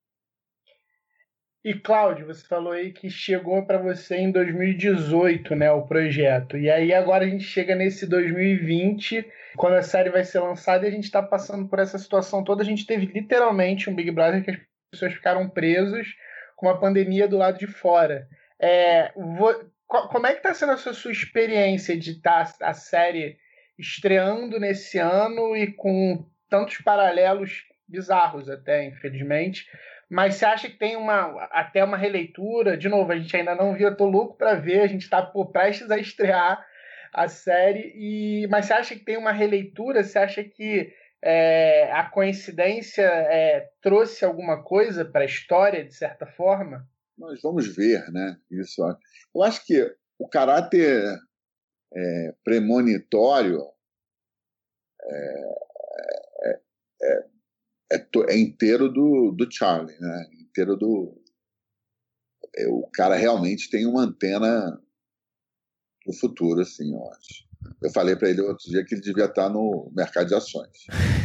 E, Cláudio, você falou aí que chegou para você em dois mil e dezoito, né, o projeto. E aí agora a gente chega nesse dois mil e vinte, quando a série vai ser lançada, e a gente está passando por essa situação toda. A gente teve literalmente um Big Brother que as pessoas ficaram presas com uma pandemia do lado de fora. É, vou, como é que está sendo a sua, sua experiência de estar tá a série estreando nesse ano e com tantos paralelos bizarros até, infelizmente? Mas você acha que tem uma, até uma releitura? De novo, a gente ainda não viu, eu tô louco para ver, a gente está prestes a estrear a série, e, mas você acha que tem uma releitura? Você acha que é, a coincidência é, trouxe alguma coisa para a história, de certa forma? Nós vamos ver, né? Isso. Eu acho que o caráter é, premonitório é, é, é É, é inteiro do, do Charlie, né? Inteiro do. É, o cara realmente tem uma antena do futuro, assim, eu acho. Eu falei para ele outro dia que ele devia estar no mercado de ações.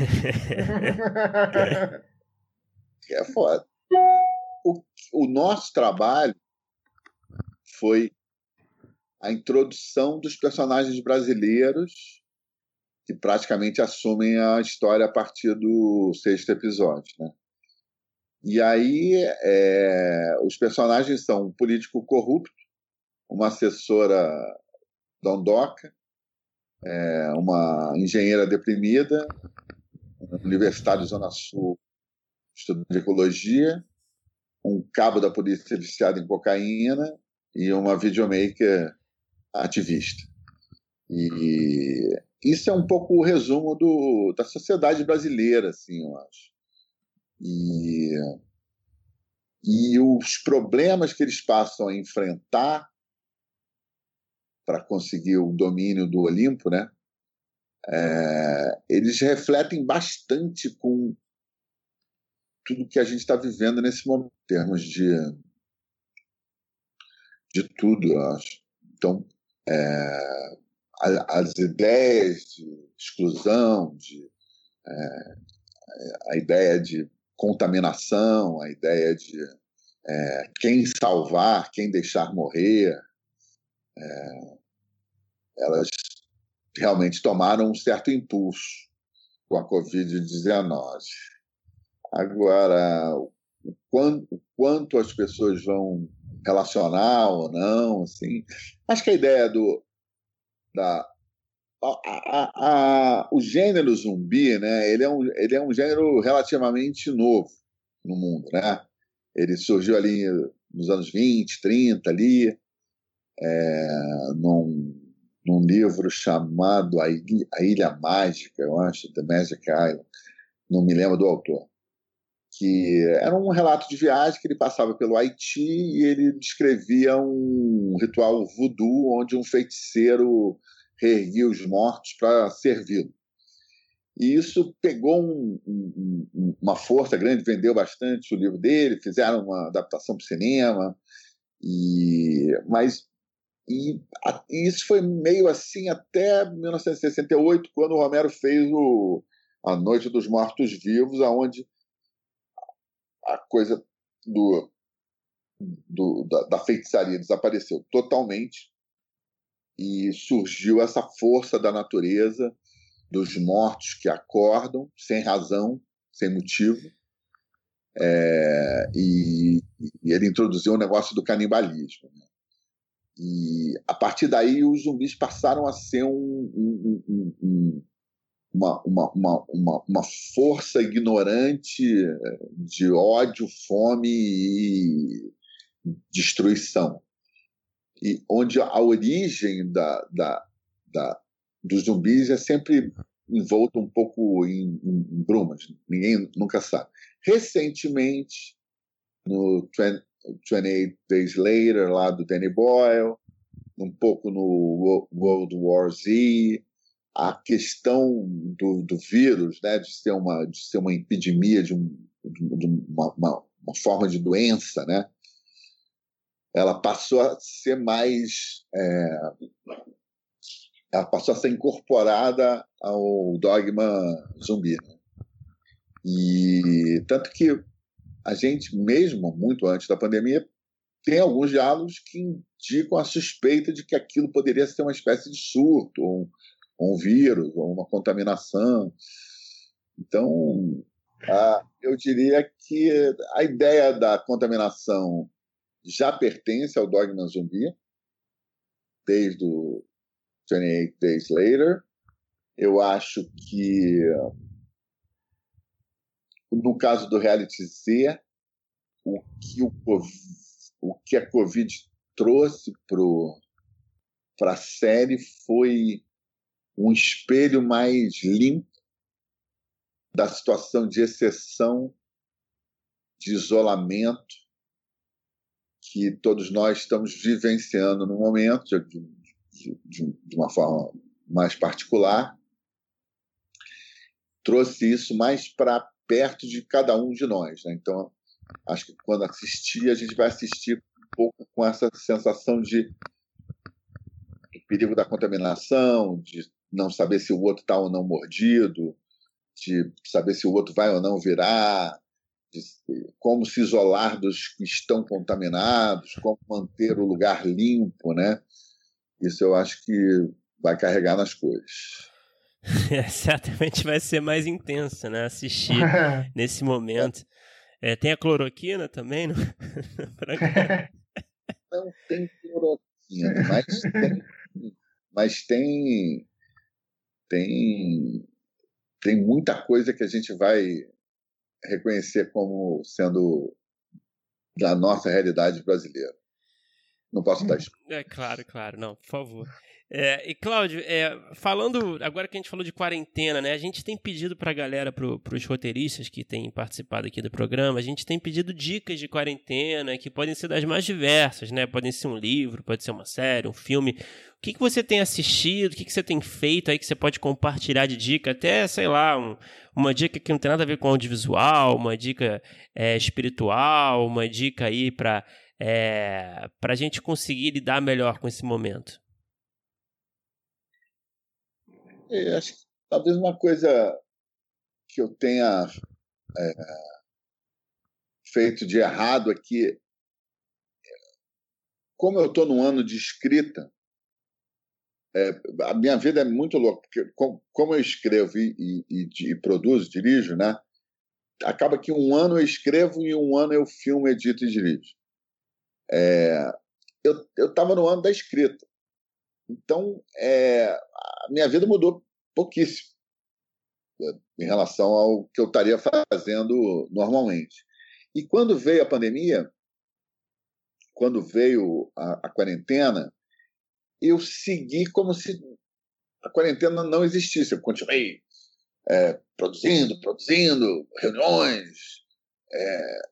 Que é foda. O, o nosso trabalho foi a introdução dos personagens brasileiros que praticamente assumem a história a partir do sexto episódio, né? E aí é, os personagens são um político corrupto, uma assessora dondoca, é, uma engenheira deprimida, um universitário de Zona Sul, estudante de ecologia, um cabo da polícia viciado em cocaína e uma videomaker ativista. E isso é um pouco o resumo do, da sociedade brasileira, assim, eu acho. E, e os problemas que eles passam a enfrentar para conseguir o domínio do Olimpo, né? É, eles refletem bastante com tudo que a gente está vivendo nesse momento, em termos de, de tudo, eu acho. Então, é, as ideias de exclusão, de, é, a ideia de contaminação, a ideia de é, quem salvar, quem deixar morrer, é, elas realmente tomaram um certo impulso com a covid dezenove. Agora, o quanto, o quanto as pessoas vão relacionar ou não, assim, acho que a ideia do da a, a, a, o gênero zumbi, né? Ele é um ele é um gênero relativamente novo no mundo, né? Ele surgiu ali nos anos vinte, trinta ali, é, num, num livro chamado A Ilha, A Ilha Mágica, eu acho, The Magic Island, não me lembro do autor, que era um relato de viagem que ele passava pelo Haiti e ele descrevia um ritual voodoo onde um feiticeiro reerguia os mortos para servi-lo. E isso pegou um, um, uma força grande, vendeu bastante o livro dele, fizeram uma adaptação para o cinema, e, mas e, a, e isso foi meio assim até mil novecentos e sessenta e oito, quando o Romero fez o A Noite dos Mortos-Vivos, aonde a coisa do, do, da, da feitiçaria desapareceu totalmente e surgiu essa força da natureza, dos mortos que acordam sem razão, sem motivo, é, e, e ele introduziu o negócio do canibalismo. Né? E a partir daí os zumbis passaram a ser um, um, um, um, uma, uma, uma, uma, uma força ignorante de ódio, fome e destruição. E onde a origem da, da, da dos zumbis é sempre envolto um pouco em, em, em brumas. Ninguém nunca sabe. Recentemente, no twenty, twenty-eight Days Later, lá do Danny Boyle, um pouco no World War Z, a questão do, do vírus, né, de ser uma, de ser uma epidemia, de, um, de uma, uma, uma forma de doença, né, ela passou a ser mais... É, ela passou a ser incorporada ao dogma zumbi. Né? E tanto que a gente, mesmo muito antes da pandemia, tem alguns diálogos que indicam a suspeita de que aquilo poderia ser uma espécie de surto, ou um, ou um vírus, ou uma contaminação. Então, a, eu diria que a ideia da contaminação já pertence ao dogma zumbi, desde o twenty-eight Days Later. Eu acho que, no caso do Reality Z, o que, o, o que a Covid trouxe para a série foi um espelho mais limpo da situação de exceção, de isolamento que todos nós estamos vivenciando no momento, de, de, de uma forma mais particular. Trouxe isso mais para perto de cada um de nós. Né? Então, acho que quando assistir, a gente vai assistir um pouco com essa sensação de, de perigo da contaminação, de não saber se o outro está ou não mordido, de saber se o outro vai ou não virar, de como se isolar dos que estão contaminados, como manter o lugar limpo, né? Isso eu acho que vai carregar nas coisas. É, certamente vai ser mais intensa, né? Assistir nesse momento. É, tem a cloroquina também, não? Não tem cloroquina, mas tem, mas tem, tem, tem muita coisa que a gente vai reconhecer como sendo da nossa realidade brasileira. Não posso dar isso. É claro, claro, não, por favor. É, e, Cláudio, é, falando, agora que a gente falou de quarentena, né, a gente tem pedido para a galera, para os roteiristas que têm participado aqui do programa, a gente tem pedido dicas de quarentena, que podem ser das mais diversas, né, podem ser um livro, pode ser uma série, um filme. O que, que você tem assistido, o que, que você tem feito aí que você pode compartilhar de dica, até, sei lá, um, uma dica que não tem nada a ver com audiovisual, uma dica é, espiritual, uma dica aí para é, para a gente conseguir lidar melhor com esse momento. Eu acho que talvez uma coisa que eu tenha é, feito de errado é que, como eu estou num ano de escrita, é, a minha vida é muito louca, porque como, como eu escrevo e, e, e, e produzo, dirijo, né, acaba que um ano eu escrevo e um ano eu filmo, edito e dirijo. É, eu estava no ano da escrita. Então, é, a minha vida mudou pouquíssimo em relação ao que eu estaria fazendo normalmente. E quando veio a pandemia, quando veio a, a quarentena, eu segui como se a quarentena não existisse. Eu continuei é, produzindo, produzindo, reuniões. É,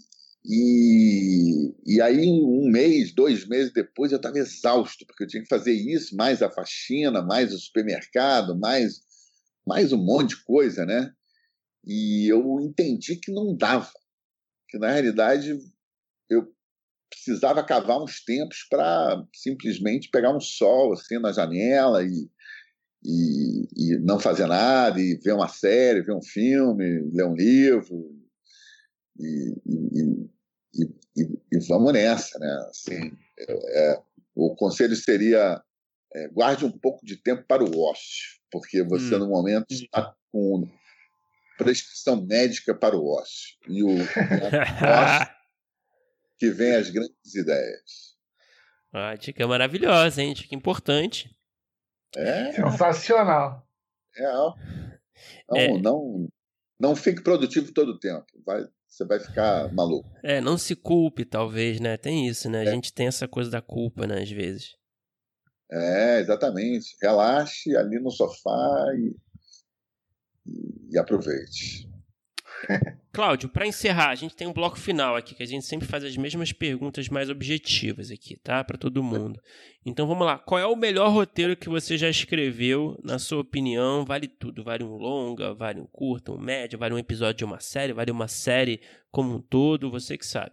e, e aí, um mês, dois meses depois, eu estava exausto, porque eu tinha que fazer isso, mais a faxina, mais o supermercado, mais, mais um monte de coisa, né? E eu entendi que não dava, que na realidade eu precisava cavar uns tempos para simplesmente pegar um sol assim na janela e, e, e não fazer nada, e ver uma série, ver um filme, ler um livro, e, e, e, e, e vamos nessa, né? Assim, é, o conselho seria é, guarde um pouco de tempo para o ócio, porque você hum. no momento está com prescrição médica para o ócio, e o, o ócio que vem as grandes ideias. A dica é maravilhosa, hein? Dica importante. É, sensacional. É, não, é. não, não fique produtivo todo o tempo. Vai, você vai ficar maluco. É, não se culpe, talvez, né? Tem isso, né? A é. gente tem essa coisa da culpa, né? Às vezes. É, exatamente. Relaxe ali no sofá e, e, e aproveite. Cláudio, para encerrar, a gente tem um bloco final aqui, que a gente sempre faz as mesmas perguntas mais objetivas aqui, tá? Para todo mundo. Então vamos lá. Qual é o melhor roteiro que você já escreveu, na sua opinião? Vale tudo. Vale um longa, vale um curta, um médio, vale um episódio de uma série, vale uma série como um todo, você que sabe.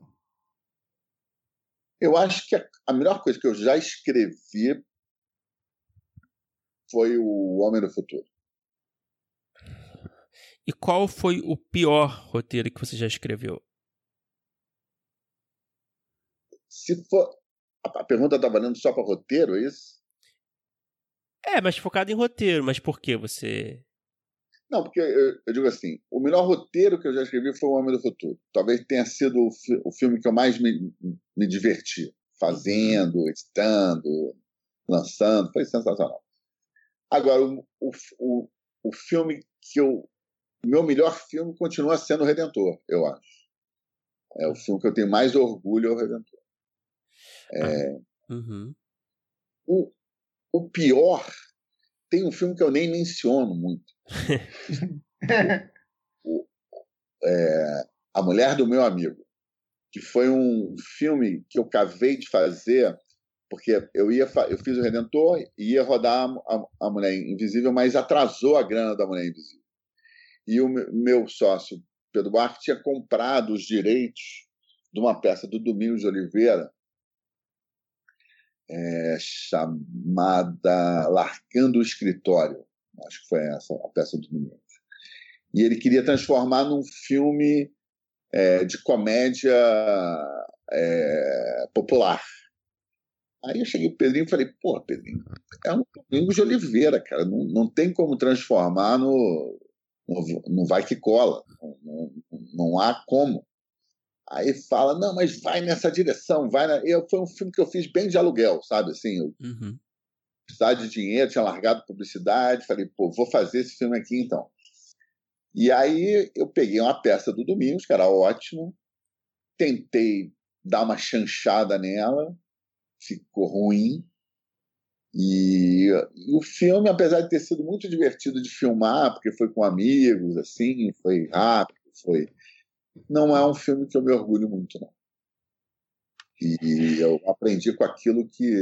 Eu acho que a melhor coisa que eu já escrevi foi O Homem do Futuro. E qual foi o pior roteiro que você já escreveu? Se for... A pergunta está valendo só para roteiro, é isso? É, mas focado em roteiro. Mas por que você... Não, porque eu, eu digo assim, o melhor roteiro que eu já escrevi foi O Homem do Futuro. Talvez tenha sido o, fi- o filme que eu mais me, me diverti. Fazendo, editando, lançando. Foi sensacional. Agora, o, o, o, o filme que eu... O meu melhor filme continua sendo O Redentor, eu acho. É o filme que eu tenho mais orgulho, é O Redentor. É, ah, uhum. o, o pior, tem um filme que eu nem menciono muito. o, é, A Mulher do Meu Amigo, que foi um filme que eu cavei de fazer, porque eu, ia, eu fiz O Redentor e ia rodar a, a, a Mulher Invisível, mas atrasou a grana da Mulher Invisível. E o meu sócio, Pedro Buarque, tinha comprado os direitos de uma peça do Domingos de Oliveira, é, chamada Largando o Escritório. Acho que foi essa a peça do Domingos. E ele queria transformar num filme é, de comédia é, popular. Aí eu cheguei pro Pedrinho e falei, pô, Pedrinho, é um Domingos de Oliveira, cara, não, não tem como transformar no... Não vai que cola, não, não, não há como. Aí fala, não, mas vai nessa direção, vai na... eu, foi um filme que eu fiz bem de aluguel, sabe? Assim, eu Uhum. precisava de dinheiro, tinha largado publicidade, falei, pô, vou fazer esse filme aqui então. E aí eu peguei uma peça do Domingos, que era ótimo, tentei dar uma chanchada nela, ficou ruim. E, e o filme, apesar de ter sido muito divertido de filmar, porque foi com amigos, assim, foi rápido, foi... não é um filme que eu me orgulho muito, não. E eu aprendi com aquilo que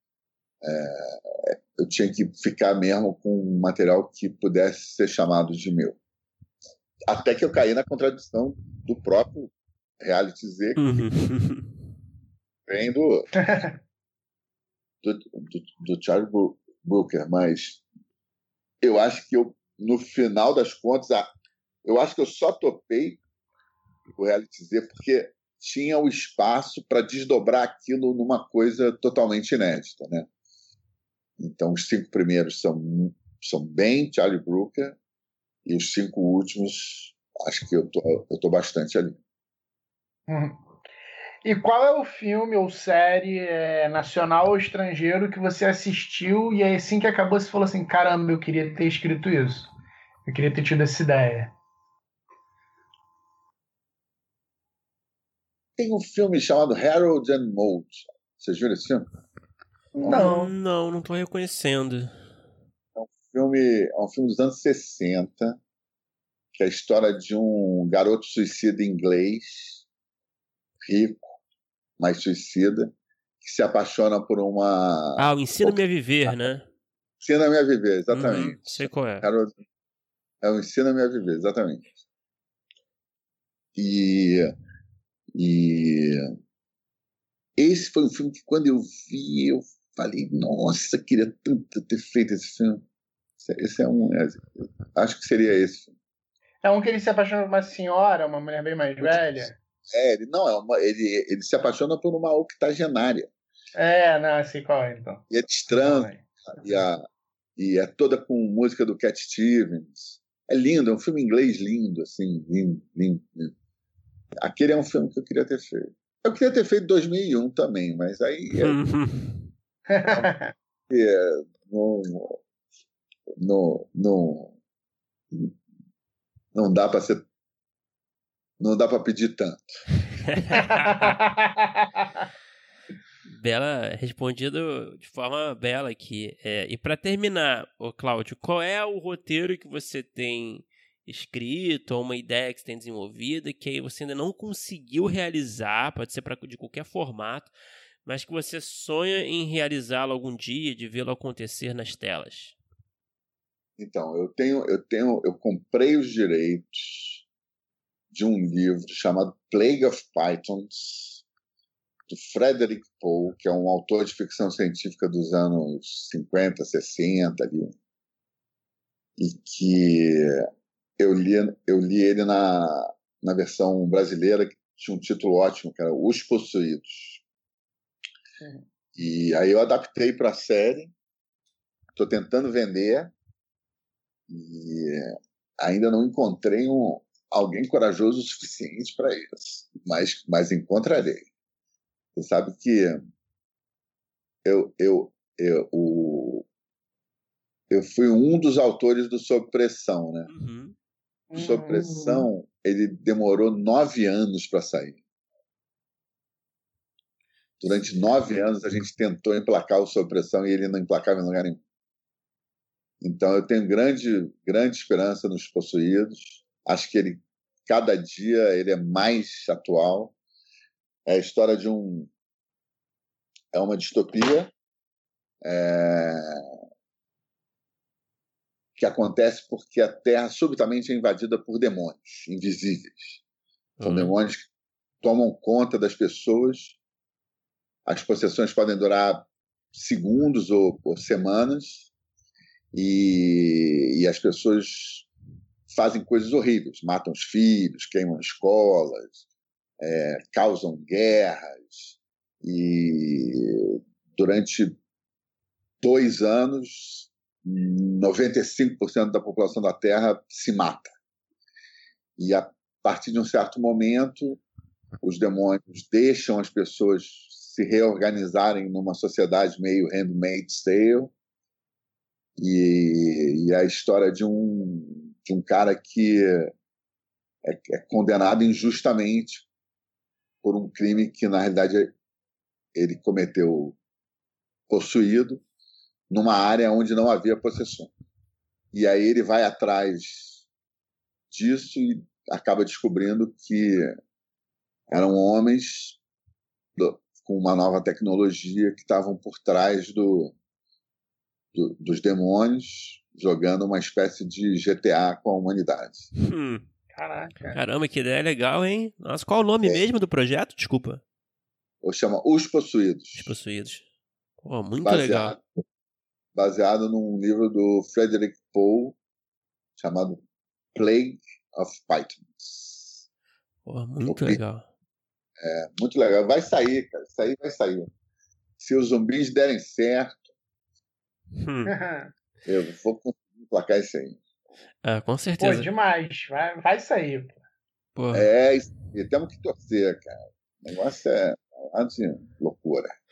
é, eu tinha que ficar mesmo com um material que pudesse ser chamado de meu. Até que eu caí na contradição do próprio reality Z, que uhum. vem do, do, do, do Charlie Brooker, mas eu acho que eu, no final das contas, eu acho que eu só topei o reality Z porque tinha o espaço para desdobrar aquilo numa coisa totalmente inédita, né? Então, os cinco primeiros são, são bem Charlie Brooker e os cinco últimos, acho que eu tô, eu tô bastante ali. Hum. E qual é o filme ou série é, nacional ou estrangeiro que você assistiu e aí, assim que acabou você falou assim, caramba, eu queria ter escrito isso. Eu queria ter tido essa ideia. Tem um filme chamado Harold and Maude. Vocês viram esse filme? Não. Não, não tô reconhecendo. É um filme, é um filme dos anos sessenta, que é a história de um garoto suicida inglês, rico, mas suicida, que se apaixona por uma... Ah, o Ensina-me a Viver, né? Ensina-me a Viver, Uhum, exatamente. sei qual é. Garoto, é o Ensina-me a Viver, exatamente. E, e esse foi um filme que, quando eu vi, eu falei, nossa, queria tanto ter feito esse filme. Esse é um... é, acho que seria esse filme. É um que ele se apaixona por uma senhora, uma mulher bem mais velha. É, ele não, é uma, ele, ele se apaixona por uma octogenária. É, não, sei qual é, então. E é de trans, e, a, e é toda com música do Cat Stevens. É lindo, é um filme inglês lindo, assim, lindo, lindo, lindo. Aquele é um filme que eu queria ter feito. Eu queria ter feito em dois mil e um também, mas aí é, é, não, não, não, não dá para ser, não dá para pedir tanto. Bela, respondido de forma bela aqui. É, e para terminar, ô Cláudio, qual é o roteiro que você tem escrito, ou uma ideia que você tem desenvolvida, que aí você ainda não conseguiu realizar, pode ser pra, de qualquer formato, mas que você sonha em realizá-lo algum dia, de vê-lo acontecer nas telas? Então, eu tenho, eu tenho, eu comprei os direitos de um livro chamado Plague of Pythons, do Frederick Pohl, que é um autor de ficção científica dos anos cinquenta, sessenta ali, e que eu li, eu li ele na, na versão brasileira, que tinha um título ótimo, que era Os Possuídos. Uhum. E aí eu adaptei para a série, estou tentando vender, e ainda não encontrei um, alguém corajoso o suficiente para isso, mas, mas encontrarei. Você sabe que eu, eu, eu, o, eu fui um dos autores do Sob Pressão, né? Uhum. O Sob Pressão, ele demorou nove anos para sair. Durante nove anos a gente tentou emplacar o Sob Pressão e ele não emplacava em lugar nenhum. Então eu tenho grande, grande esperança nos Possuídos. Acho que ele, cada dia, ele é mais atual. É a história de um... É uma distopia é... que acontece porque a Terra subitamente é invadida por demônios invisíveis. São uhum. demônios que tomam conta das pessoas. As possessões podem durar segundos ou, ou semanas, e, e as pessoas fazem coisas horríveis, matam os filhos, queimam escolas, é, causam guerras, e durante dois anos, noventa e cinco por cento da população da Terra se mata. E a partir de um certo momento, os demônios deixam as pessoas se reorganizarem numa sociedade meio Handmaid's Tale, e, e a história de um, de um cara que é, é condenado injustamente por um crime que, na realidade, ele cometeu possuído numa área onde não havia possessão. E aí ele vai atrás disso e acaba descobrindo que eram homens do, com uma nova tecnologia que estavam por trás do, do, dos demônios, jogando uma espécie de G T A com a humanidade. Hum. Caraca. Caramba, que ideia legal, hein? Nossa, qual o nome é. mesmo do projeto? Desculpa. Ou chama Os Possuídos. Os Possuídos. Pô, muito baseado, legal. Baseado num livro do Frederick Pohl chamado Plague of Pythons. Pô, muito legal. É, muito legal. Vai sair, cara. Isso aí vai sair. Se os zumbis derem certo, hum. eu vou conseguir emplacar isso aí. É, com certeza. Pô, demais. Vai, vai sair. Porra. É, e temos que torcer, cara. O negócio é uma loucura.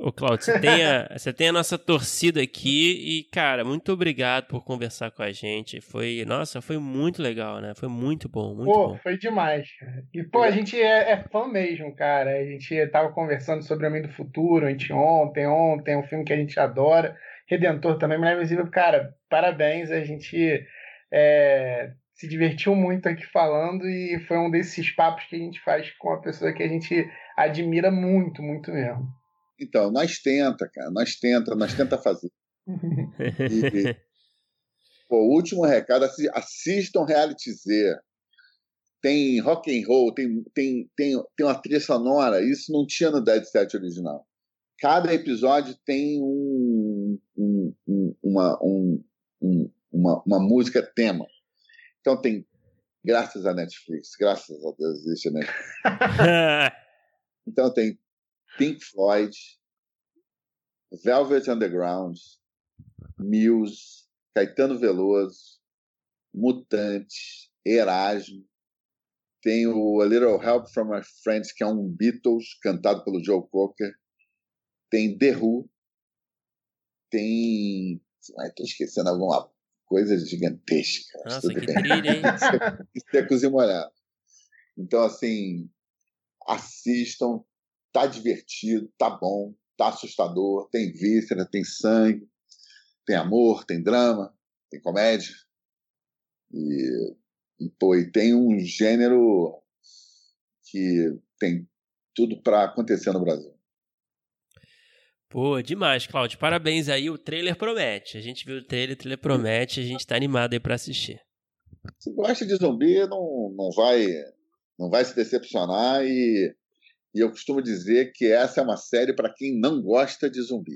Ô, Cláudio, você tem, a, você tem a nossa torcida aqui e, cara, muito obrigado por conversar com a gente. Foi, nossa, foi muito legal, né? Foi muito bom, muito pô, bom. Foi demais, cara. E, pô, a gente é, é fã mesmo, cara. A gente tava conversando sobre O Homem do Futuro, anteontem, ontem, um filme que a gente adora. Redentor também, Mulher Invisível. Cara, parabéns, a gente é, se divertiu muito aqui falando e foi um desses papos que a gente faz com uma pessoa que a gente admira muito, muito mesmo. Então, nós tenta, cara, nós tenta, nós tenta fazer. E, pô, o último recado, assistam Reality Z. Tem rock and roll, tem, tem, tem, tem uma trilha sonora, isso não tinha no Dead Set original. Cada episódio tem um, um, um, uma, um, um, uma, uma música tema. Então tem, graças a Netflix, graças a Deus existe a Netflix. Então tem Pink Floyd, Velvet Underground, Muse, Caetano Veloso, Mutantes, Erasmo. Tem o A Little Help from My Friends, que é um Beatles cantado pelo Joe Cocker. Tem The Who. Tem... Estou esquecendo alguma coisa gigantesca. Nossa, que trilha, hein? Isso é cozinha molhada. Então, assim, assistam. Tá divertido, tá bom, tá assustador, tem víscera, tem sangue, tem amor, tem drama, tem comédia. E, e, pô, e tem um gênero que tem tudo para acontecer no Brasil. Pô, demais, Cláudio. Parabéns aí, o trailer promete. A gente viu o trailer, o trailer promete, a gente tá animado aí para assistir. Se gosta de zumbi, não, não, vai, não vai se decepcionar e E eu costumo dizer que essa é uma série para quem não gosta de zumbi.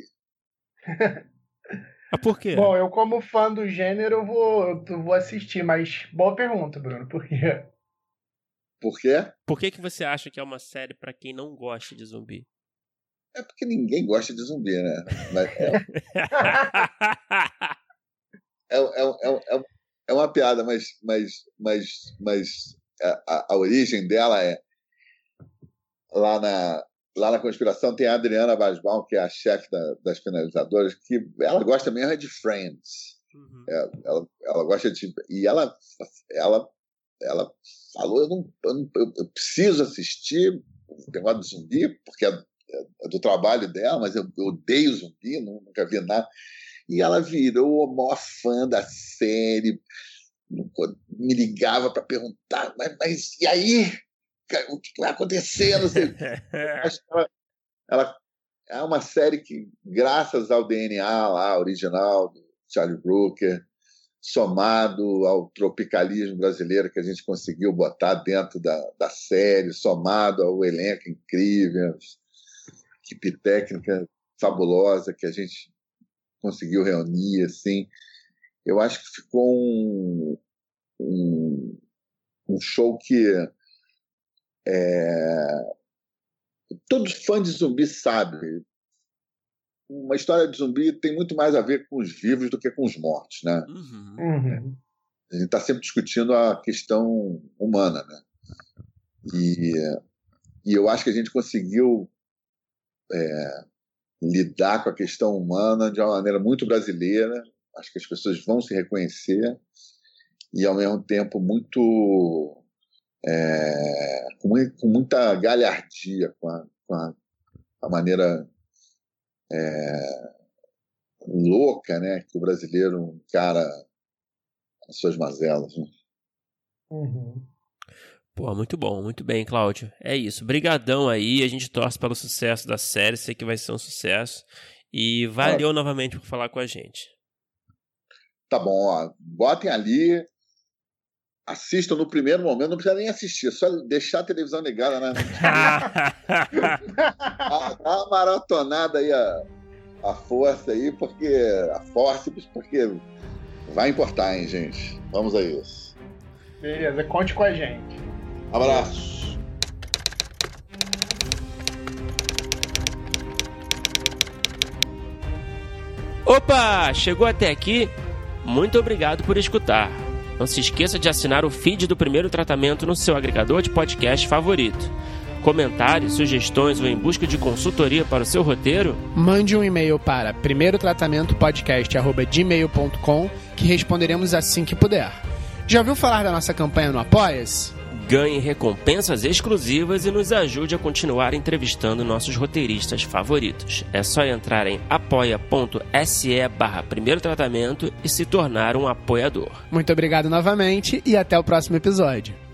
Ah, por quê? Bom, eu como fã do gênero vou, eu vou assistir, mas boa pergunta, Bruno. Por quê? Por quê? Por que, que você acha que é uma série para quem não gosta de zumbi? É porque ninguém gosta de zumbi, né? Mas é, é, é, é, é uma piada, mas, mas, mas, mas a, a origem dela é Lá na, lá na Conspiração tem a Adriana Basbaum, que é a chefe da, das finalizadoras, que ela gosta mesmo é de Friends. Uhum. É, ela, ela gosta de... E ela, ela, ela falou, eu, não, eu, não, eu preciso assistir o negócio do zumbi, porque é, é do trabalho dela, mas eu, eu odeio zumbi, nunca vi nada. E ela virou a maior fã da série, me ligava para perguntar, mas, mas e aí? O que vai acontecer? Não sei. ela, ela é uma série que, graças ao D N A lá, original do Charlie Brooker, somado ao tropicalismo brasileiro que a gente conseguiu botar dentro da, da série, somado ao elenco incrível, equipe técnica fabulosa que a gente conseguiu reunir, assim, eu acho que ficou um, um, um show que É... todo fã de zumbi sabe. Uma história de zumbi tem muito mais a ver com os vivos do que com os mortos, né? Uhum. Uhum. A gente está sempre discutindo a questão humana, né? E, e eu acho que a gente conseguiu é, lidar com a questão humana de uma maneira muito brasileira. Acho que as pessoas vão se reconhecer e, ao mesmo tempo, muito... É, com, com muita galhardia, com a, com a, a maneira é, louca, né, que o brasileiro encara as suas mazelas. Né? Uhum. Pô, muito bom, muito bem, Cláudio. É isso, brigadão aí, a gente torce pelo sucesso da série, sei que vai ser um sucesso. E valeu ah. novamente por falar com a gente. Tá bom, ó, botem ali... Assistam no primeiro momento, não precisa nem assistir, só deixar a televisão ligada, né? Dá uma maratonada aí a, a força aí, porque a força, porque vai importar, hein, gente? Vamos a isso. Beleza, conte com a gente. Abraços. Opa, chegou até aqui? Muito obrigado por escutar. Não se esqueça de assinar o feed do Primeiro Tratamento no seu agregador de podcast favorito. comentários, sugestões ou em busca de consultoria para o seu roteiro? Mande um e-mail para primeiro tratamento podcast arroba gmail ponto com que responderemos assim que puder. Já ouviu falar da nossa campanha no Apoia-se? Ganhe recompensas exclusivas e nos ajude a continuar entrevistando nossos roteiristas favoritos. É só entrar em apoia.se barra primeiro tratamento e se tornar um apoiador. Muito obrigado novamente e até o próximo episódio.